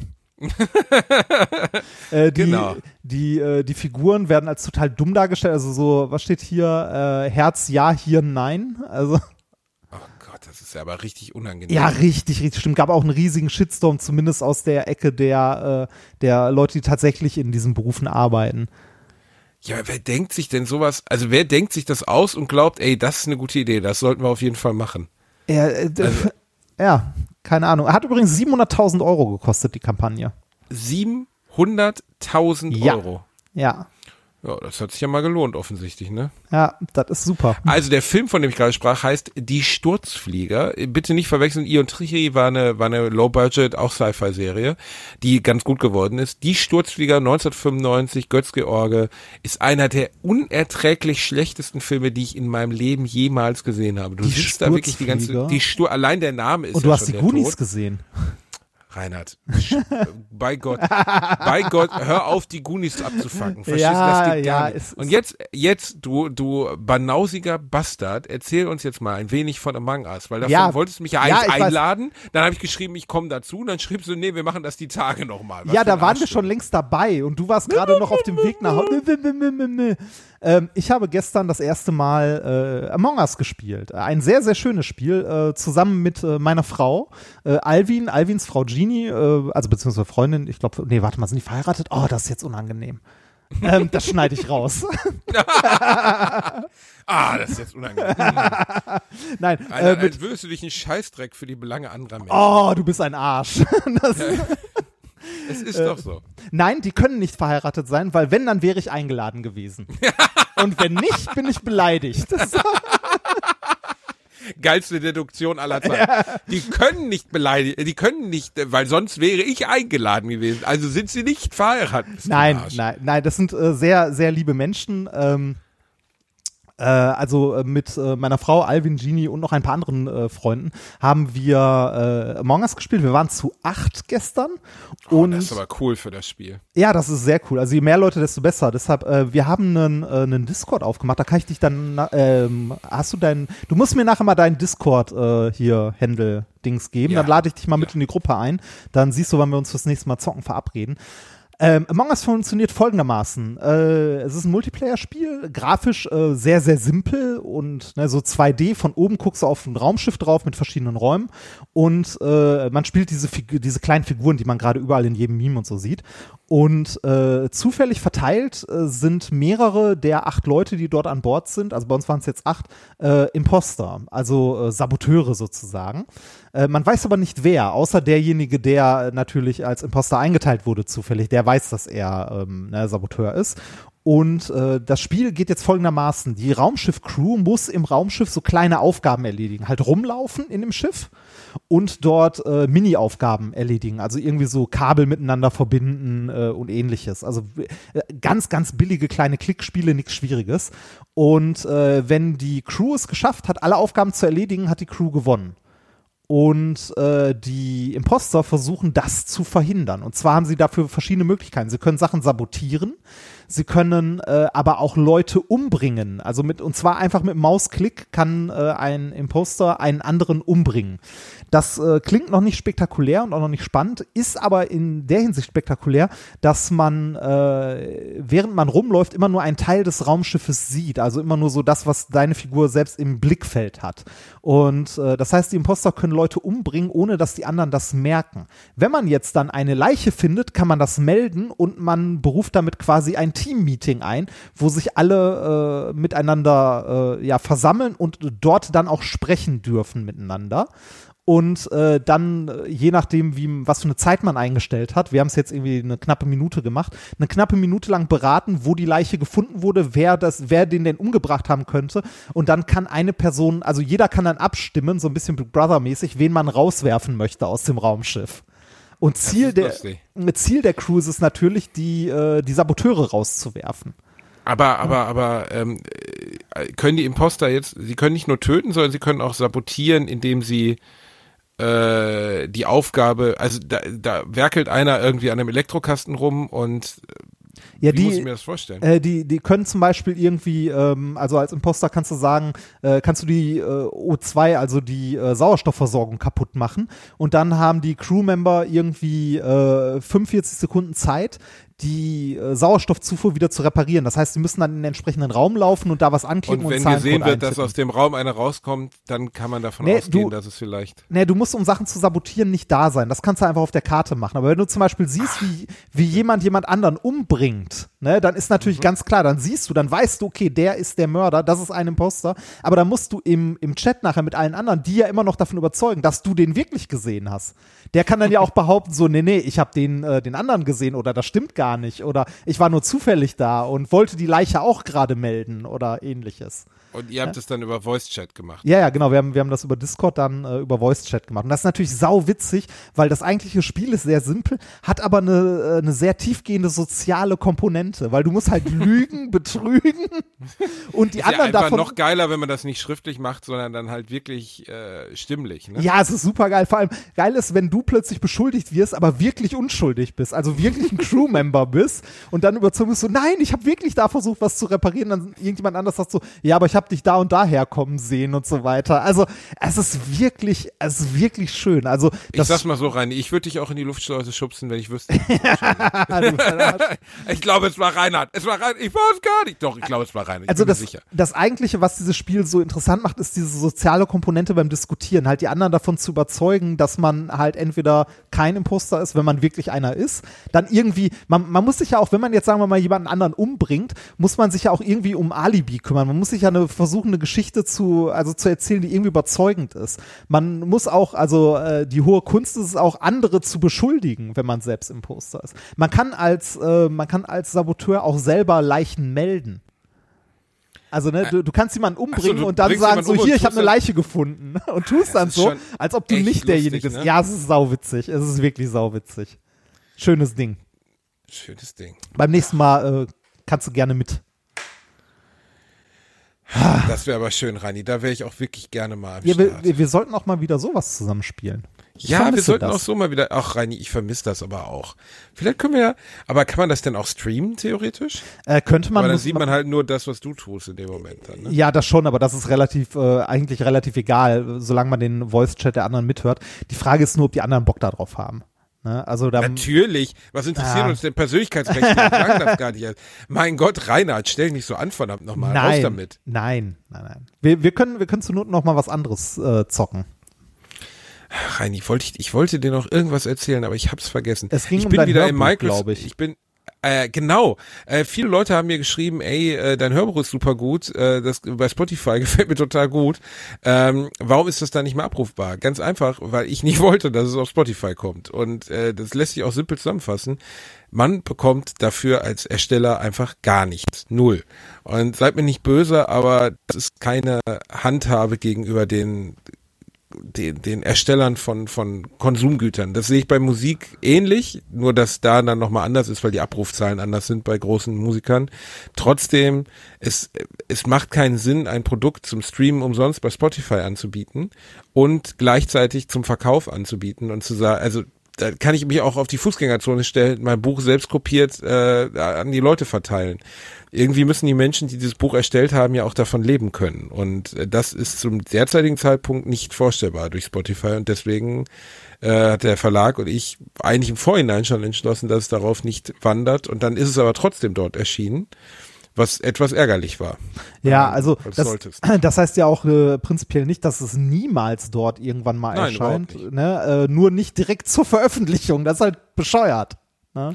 Genau. Die Figuren werden als total dumm dargestellt. Also so, was steht hier? Herz ja, Hirn nein. Also das ist ja aber richtig unangenehm. Ja, richtig stimmt. Gab auch einen riesigen Shitstorm, zumindest aus der Ecke der Leute, die tatsächlich in diesen Berufen arbeiten. Ja, wer denkt sich denn sowas, also wer denkt sich das aus und glaubt, ey, das ist eine gute Idee, das sollten wir auf jeden Fall machen. Ja, keine Ahnung. Hat übrigens 700.000 Euro gekostet, die Kampagne. 700.000 Euro? Ja. Ja, das hat sich ja mal gelohnt, offensichtlich, ne? Ja, das ist super. Also der Film, von dem ich gerade sprach, heißt Die Sturzflieger. Bitte nicht verwechseln, Ion Tirri war eine Low-Budget, auch Sci-Fi-Serie, die ganz gut geworden ist. Die Sturzflieger 1995, Götz-George, ist einer der unerträglich schlechtesten Filme, die ich in meinem Leben jemals gesehen habe. Du siehst da wirklich allein der Name ist. Und du hast die Goonies gesehen. Reinhard, bei Gott, hör auf, die Goonies abzufangen. Verstehst du, das geht gar nicht. Und jetzt, du banausiger Bastard, erzähl uns jetzt mal ein wenig von Among Us, weil davon wolltest du mich ja eigentlich einladen, dann habe ich geschrieben, ich komme dazu, und dann schriebst du, nee, wir machen das die Tage nochmal. Ja, da waren wir schon längst dabei und du warst gerade noch auf dem Weg nach Hause. Ich habe gestern das erste Mal Among Us gespielt. Ein sehr, sehr schönes Spiel, zusammen mit meiner Frau, Alvins Frau Gini, also beziehungsweise Freundin, ich glaube, nee, warte mal, sind die verheiratet? Oh, das ist jetzt unangenehm. Das schneide ich raus. Das ist jetzt unangenehm. Nein. Als würdest du dich einen Scheißdreck für die Belange anderer Menschen. Oh, du bist ein Arsch. Es ist doch so. Nein, die können nicht verheiratet sein, weil wenn, dann wäre ich eingeladen gewesen. Und wenn nicht, bin ich beleidigt. Geilste Deduktion aller Zeiten. Die können nicht weil sonst wäre ich eingeladen gewesen. Also sind sie nicht verheiratet. Nein, das sind sehr, sehr liebe Menschen. Mit meiner Frau, Alvin, Genie und noch ein paar anderen Freunden haben wir Among Us gespielt. Wir waren zu 8 gestern. Und das ist aber cool für das Spiel. Ja, das ist sehr cool. Also je mehr Leute, desto besser. Deshalb, wir haben einen Discord aufgemacht. Da kann ich dich dann, du musst mir nachher mal deinen Discord Handle-Dings geben. Ja. Dann lade ich dich mal mit in die Gruppe ein. Dann siehst du, wann wir uns fürs nächste Mal zocken verabreden. Among Us funktioniert folgendermaßen. Es ist ein Multiplayer-Spiel, grafisch sehr, sehr simpel und so 2D. Von oben guckst du auf ein Raumschiff drauf mit verschiedenen Räumen und man spielt diese kleinen Figuren, die man gerade überall in jedem Meme und so sieht. Und zufällig verteilt sind mehrere der 8 Leute, die dort an Bord sind, also bei uns waren es jetzt 8, Imposter, also Saboteure sozusagen. Man weiß aber nicht wer, außer derjenige, der natürlich als Imposter eingeteilt wurde zufällig, der weiß, dass er Saboteur ist. Und das Spiel geht jetzt folgendermaßen. Die Raumschiff-Crew muss im Raumschiff so kleine Aufgaben erledigen. Halt rumlaufen in dem Schiff und dort Mini-Aufgaben erledigen. Also irgendwie so Kabel miteinander verbinden und ähnliches. Also ganz, ganz billige kleine Klickspiele, nichts Schwieriges. Und wenn die Crew es geschafft hat, alle Aufgaben zu erledigen, hat die Crew gewonnen. Und die Imposter versuchen, das zu verhindern. Und zwar haben sie dafür verschiedene Möglichkeiten. Sie können Sachen sabotieren, sie können aber auch Leute umbringen. Also und zwar einfach mit einem Mausklick kann ein Imposter einen anderen umbringen. Das klingt noch nicht spektakulär und auch noch nicht spannend, ist aber in der Hinsicht spektakulär, dass man, während man rumläuft, immer nur einen Teil des Raumschiffes sieht. Also immer nur so das, was deine Figur selbst im Blickfeld hat. Und das heißt, die Imposter können Leute umbringen, ohne dass die anderen das merken. Wenn man jetzt dann eine Leiche findet, kann man das melden und man beruft damit quasi ein Team-Meeting ein, wo sich alle miteinander versammeln und dort dann auch sprechen dürfen miteinander. Und dann, je nachdem, was für eine Zeit man eingestellt hat, wir haben es jetzt irgendwie eine knappe Minute gemacht, eine knappe Minute lang beraten, wo die Leiche gefunden wurde, wer den denn umgebracht haben könnte. Und dann kann eine Person, also jeder kann dann abstimmen, so ein bisschen Big Brother-mäßig, wen man rauswerfen möchte aus dem Raumschiff. Und Ziel der Crew ist es natürlich, die Saboteure rauszuwerfen. Aber können die Imposter sie können nicht nur töten, sondern sie können auch sabotieren, indem sie die Aufgabe, also da werkelt einer irgendwie an einem Elektrokasten rum und wie muss ich mir das vorstellen? Die können zum Beispiel irgendwie, also als Imposter kannst du sagen, kannst du die O2, also die Sauerstoffversorgung kaputt machen und dann haben die Crewmember irgendwie 45 Sekunden Zeit, die Sauerstoffzufuhr wieder zu reparieren. Das heißt, sie müssen dann in den entsprechenden Raum laufen und da was anklicken und wenn gesehen wird, dass aus dem Raum einer rauskommt, dann kann man davon ausgehen, dass es vielleicht... Du musst, um Sachen zu sabotieren, nicht da sein. Das kannst du einfach auf der Karte machen. Aber wenn du zum Beispiel siehst, wie jemand anderen umbringt, dann ist natürlich ganz klar, dann weißt du, okay, der ist der Mörder, das ist ein Imposter. Aber dann musst du im Chat nachher mit allen anderen, die ja immer noch davon überzeugen, dass du den wirklich gesehen hast. Der kann dann ja auch behaupten, so, nee, ich habe den anderen gesehen oder das stimmt gar nicht oder ich war nur zufällig da und wollte die Leiche auch gerade melden oder ähnliches. Und ihr habt es dann über Voice-Chat gemacht? Ja, genau. Wir haben das über Discord dann über Voice-Chat gemacht. Und das ist natürlich sau witzig, weil das eigentliche Spiel ist sehr simpel, hat aber eine sehr tiefgehende soziale Komponente, weil du musst halt lügen, betrügen und die ist anderen ja einfach davon... noch geiler, wenn man das nicht schriftlich macht, sondern dann halt wirklich stimmlich. Ne? Ja, es ist super geil. Vor allem geil ist, wenn du plötzlich beschuldigt wirst, aber wirklich unschuldig bist, also wirklich ein Crewmember bist und dann überzeugt bist so, nein, ich habe wirklich da versucht, was zu reparieren. Dann irgendjemand anders sagt so, ja, aber ich habe dich da und daher kommen sehen und so weiter. Also es ist wirklich schön. Also ich sag's mal so rein, ich würde dich auch in die Luftschleuse schubsen, wenn ich wüsste. Ich glaube, es war Reinhard. Ich war es gar nicht. Doch, ich glaube, es war Reinhard. Ich bin mir sicher. Das Eigentliche, was dieses Spiel so interessant macht, ist diese soziale Komponente beim Diskutieren. Halt die anderen davon zu überzeugen, dass man halt entweder kein Imposter ist, wenn man wirklich einer ist. Dann irgendwie, man muss sich ja auch, wenn man jetzt sagen wir mal jemanden anderen umbringt, muss man sich ja auch irgendwie um Alibi kümmern. Man muss sich ja versuchen, eine Geschichte zu erzählen, die irgendwie überzeugend ist. Man muss auch, die hohe Kunst ist es auch, andere zu beschuldigen, wenn man selbst Imposter ist. Man kann als Saboteur auch selber Leichen melden. Also ne, du kannst jemanden umbringen du und dann bringst sagen jemanden so, um hier, und ich habe tust eine dann- Leiche gefunden und tust dann ist so, schon als ob du echt nicht derjenige lustig, bist. ne? Ja, es ist sauwitzig. Es ist wirklich sauwitzig. Schönes Ding. Schönes Ding. Beim nächsten Mal kannst du gerne mit. Das wäre aber schön, Rani. Da wäre ich auch wirklich gerne mal am Ja, Start. wir sollten auch mal wieder sowas zusammenspielen. Ich Ja, wir vermisse sollten das. auch so mal wieder, ach Rani, ich vermisse das aber auch. Vielleicht können wir ja, aber kann man das denn auch streamen, theoretisch? Könnte man. Aber dann muss sieht man halt nur das, was du tust in dem Moment dann, ne? Ja, das schon, aber das ist eigentlich relativ egal, solange man den Voice-Chat der anderen mithört. Die Frage ist nur, ob die anderen Bock darauf haben. Ne? Also da, Natürlich. Was interessiert uns denn Persönlichkeitsrechte? Ich sage das gar nicht. Mein Gott, Reinhard, stell dich nicht so an, verdammt nochmal. Raus damit. Nein. Wir können zur Not noch mal was anderes zocken. Reini, ich wollte dir noch irgendwas erzählen, aber ich hab's vergessen. Es ging ich um bin dein wieder Hörbuch, im Microsoft. glaube ich. Ich bin genau. Viele Leute haben mir geschrieben, ey, dein Hörbuch ist super gut, das bei Spotify gefällt mir total gut. Warum ist das da nicht mehr abrufbar? Ganz einfach, weil ich nicht wollte, dass es auf Spotify kommt. Und das lässt sich auch simpel zusammenfassen. Man bekommt dafür als Ersteller einfach gar nichts. Null. Und seid mir nicht böse, aber das ist keine Handhabe gegenüber den Erstellern von Konsumgütern. Das sehe ich bei Musik ähnlich, nur dass da dann nochmal anders ist, weil die Abrufzahlen anders sind bei großen Musikern. Trotzdem, es macht keinen Sinn, ein Produkt zum Streamen umsonst bei Spotify anzubieten und gleichzeitig zum Verkauf anzubieten und zu sagen, also da kann ich mich auch auf die Fußgängerzone stellen, mein Buch selbst kopiert an die Leute verteilen. Irgendwie müssen die Menschen, die dieses Buch erstellt haben, ja auch davon leben können. Und das ist zum derzeitigen Zeitpunkt nicht vorstellbar durch Spotify. Und deswegen hat der Verlag und ich eigentlich im Vorhinein schon entschlossen, dass es darauf nicht wandert. Und dann ist es aber trotzdem dort erschienen, was etwas ärgerlich war. Ja, also das heißt ja auch prinzipiell nicht, dass es niemals dort irgendwann mal Nein, erscheint. überhaupt nicht. Ne? Nur nicht direkt zur Veröffentlichung. Das ist halt bescheuert. Ne?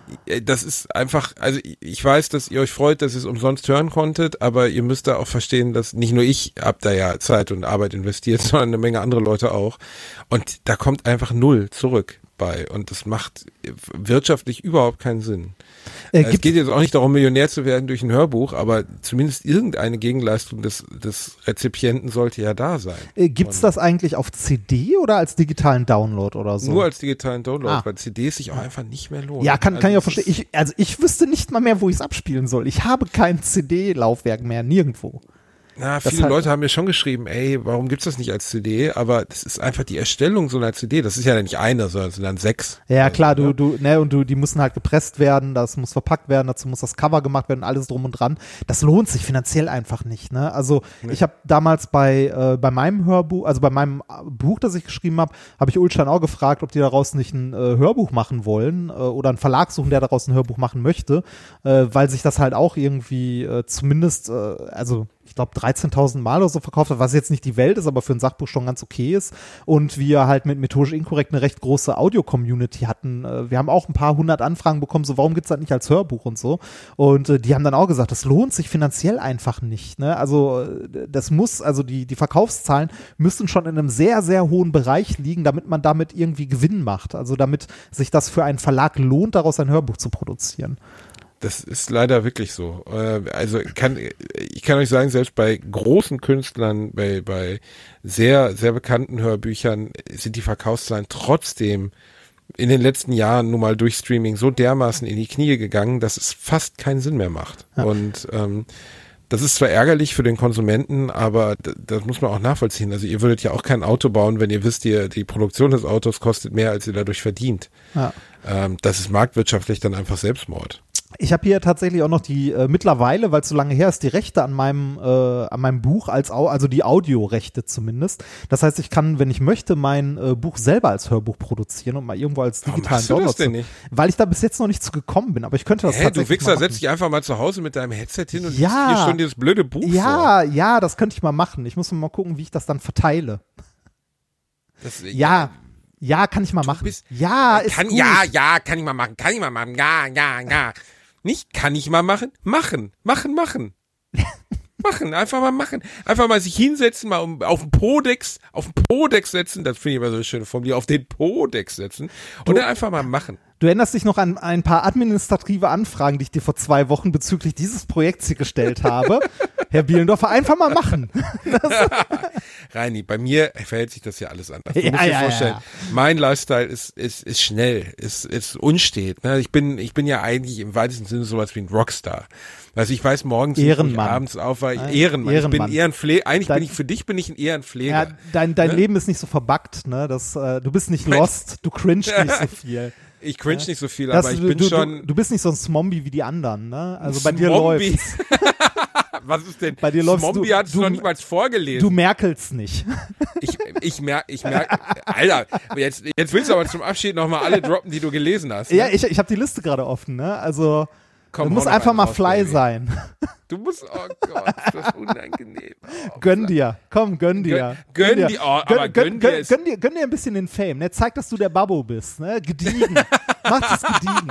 Das ist einfach, also ich weiß, dass ihr euch freut, dass ihr es umsonst hören konntet, aber ihr müsst da auch verstehen, dass nicht nur ich hab da ja Zeit und Arbeit investiert, sondern eine Menge andere Leute auch. Und da kommt einfach null zurück bei. Und das macht wirtschaftlich überhaupt keinen Sinn. Es geht jetzt auch nicht darum, Millionär zu werden durch ein Hörbuch, aber zumindest irgendeine Gegenleistung des Rezipienten sollte ja da sein. Gibt's das eigentlich auf CD oder als digitalen Download oder so? Nur als digitalen Download, weil CDs sich auch einfach nicht mehr lohnen. Ja, kann ich auch verstehen. Ich wüsste nicht mal mehr, wo ich es abspielen soll. Ich habe kein CD-Laufwerk mehr, nirgendwo. Na, viele Leute haben mir schon geschrieben, ey, warum gibt's das nicht als CD? Aber das ist einfach die Erstellung so einer CD. Das ist ja nicht eine, sondern es sind dann 6. Ja, klar, die müssen halt gepresst werden, das muss verpackt werden, dazu muss das Cover gemacht werden, alles drum und dran. Das lohnt sich finanziell einfach nicht, ne? Also, ich habe damals bei meinem Hörbuch, also bei meinem Buch, das ich geschrieben habe, habe ich Ulstein auch gefragt, ob die daraus nicht ein Hörbuch machen wollen oder einen Verlag suchen, der daraus ein Hörbuch machen möchte, weil sich das halt auch irgendwie zumindest, also ich glaube 13.000 Mal oder so verkauft hat, was jetzt nicht die Welt ist, aber für ein Sachbuch schon ganz okay ist. Und wir halt mit Methodisch Inkorrekt eine recht große Audio-Community hatten. Wir haben auch ein paar 100 Anfragen bekommen, so warum gibt's das nicht als Hörbuch und so. Und die haben dann auch gesagt, das lohnt sich finanziell einfach nicht. Ne? Also die Verkaufszahlen müssen schon in einem sehr, sehr hohen Bereich liegen, damit man damit irgendwie Gewinn macht. Also damit sich das für einen Verlag lohnt, daraus ein Hörbuch zu produzieren. Das ist leider wirklich so. Also ich kann euch sagen, selbst bei großen Künstlern, bei sehr, sehr bekannten Hörbüchern sind die Verkaufszahlen trotzdem in den letzten Jahren nun mal durch Streaming so dermaßen in die Knie gegangen, dass es fast keinen Sinn mehr macht. Ja. Und das ist zwar ärgerlich für den Konsumenten, aber das muss man auch nachvollziehen. Also ihr würdet ja auch kein Auto bauen, wenn ihr wisst, die Produktion des Autos kostet mehr, als ihr dadurch verdient. Ja. Das ist marktwirtschaftlich dann einfach Selbstmord. Ich habe hier tatsächlich auch noch die mittlerweile, weil es so lange her ist, die Rechte an meinem Buch also die Audiorechte zumindest. Das heißt, ich kann, wenn ich möchte, mein Buch selber als Hörbuch produzieren und mal irgendwo als digitalen Download. Warum machst du das denn nicht? Weil ich da bis jetzt noch nicht zu gekommen bin, aber ich könnte das tatsächlich du Wichser, mal setz dich einfach mal zu Hause mit deinem Headset hin und liest 4 Stunden dieses blöde Buch vor. Ja, das könnte ich mal machen. Ich muss mal gucken, wie ich das dann verteile. Ja, kann ich mal machen. Ist gut. Ja, kann ich mal machen. Ja. Nicht kann ich mal machen. Machen. Machen, einfach mal machen. Einfach mal sich hinsetzen, mal auf den Podex setzen, das finde ich immer so eine schöne Formulierung, auf den Podex setzen und dann einfach mal machen. Du erinnerst dich noch an ein paar administrative Anfragen, die ich dir vor 2 Wochen bezüglich dieses Projekts hier gestellt habe. Herr Bielendorfer, einfach mal machen. Reini, bei mir verhält sich das ja alles anders. Du musst dir vorstellen, mein Lifestyle ist schnell, ist unstet. Ne? Ich bin ja eigentlich im weitesten Sinne sowas wie ein Rockstar. Also ich weiß morgens, ich abends auf, weil Ehrenmann. Ich bin eher ein Pfleger. Eigentlich für dich bin ich eher ein Pfleger. Ja, dein Leben ist nicht so verbuggt, ne? Du bist nicht lost, du cringe nicht so viel. Ich cringe nicht so viel, aber ich bin schon... Du bist nicht so ein Smombie wie die anderen, ne? Also bei dir läuft's. Was ist denn? Bei dir läuft's. Smombie hat es noch nicht mal vorgelesen. Du merkelst nicht. Ich merke, Alter, jetzt willst du aber zum Abschied nochmal alle droppen, die du gelesen hast. Ne? Ja, ich habe die Liste gerade offen, ne? Also... Komm, du musst einfach mal fly Baby. sein. Du musst, oh Gott, das ist unangenehm. Oh, gönn dir, komm, gönn dir. Gönn dir, aber gönn dir ein bisschen den Fame, ne? Zeig, dass du der Babbo bist, ne? Gediegen. Mach das gediegen.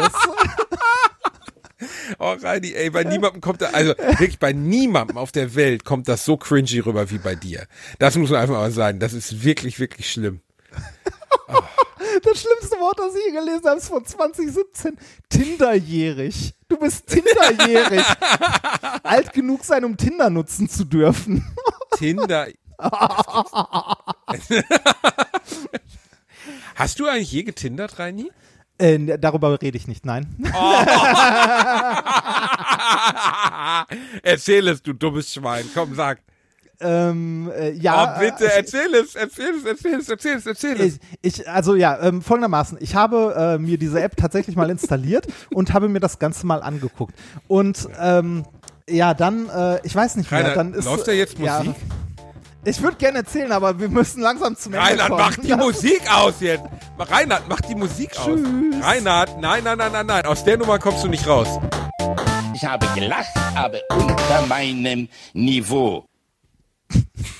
Oh, Reini, ey, bei niemandem kommt da, also wirklich bei niemandem auf der Welt kommt das so cringy rüber wie bei dir. Das muss man einfach mal sagen, das ist wirklich, wirklich schlimm. Oh. Das schlimmste Wort, das ich je gelesen habe, ist von 2017. Tinderjährig. Du bist Tinderjährig. Alt genug sein, um Tinder nutzen zu dürfen. Tinder. Hast du eigentlich je getindert, Reini? Darüber rede ich nicht, nein. Oh. Erzähl es, du dummes Schwein. Komm, sag. Ja. Oh, bitte, erzähl es. Folgendermaßen. Ich habe mir diese App tatsächlich mal installiert und habe mir das Ganze mal angeguckt. Und dann, ich weiß nicht mehr. Rainer, dann ist, läuft da jetzt Musik? Ja, ich würde gerne erzählen, aber wir müssen langsam zum Ende kommen. Reinhard, mach die Musik aus jetzt. Reinhard, mach die Musik aus. Reinhard, nein. Aus der Nummer kommst du nicht raus. Ich habe gelacht, aber unter meinem Niveau.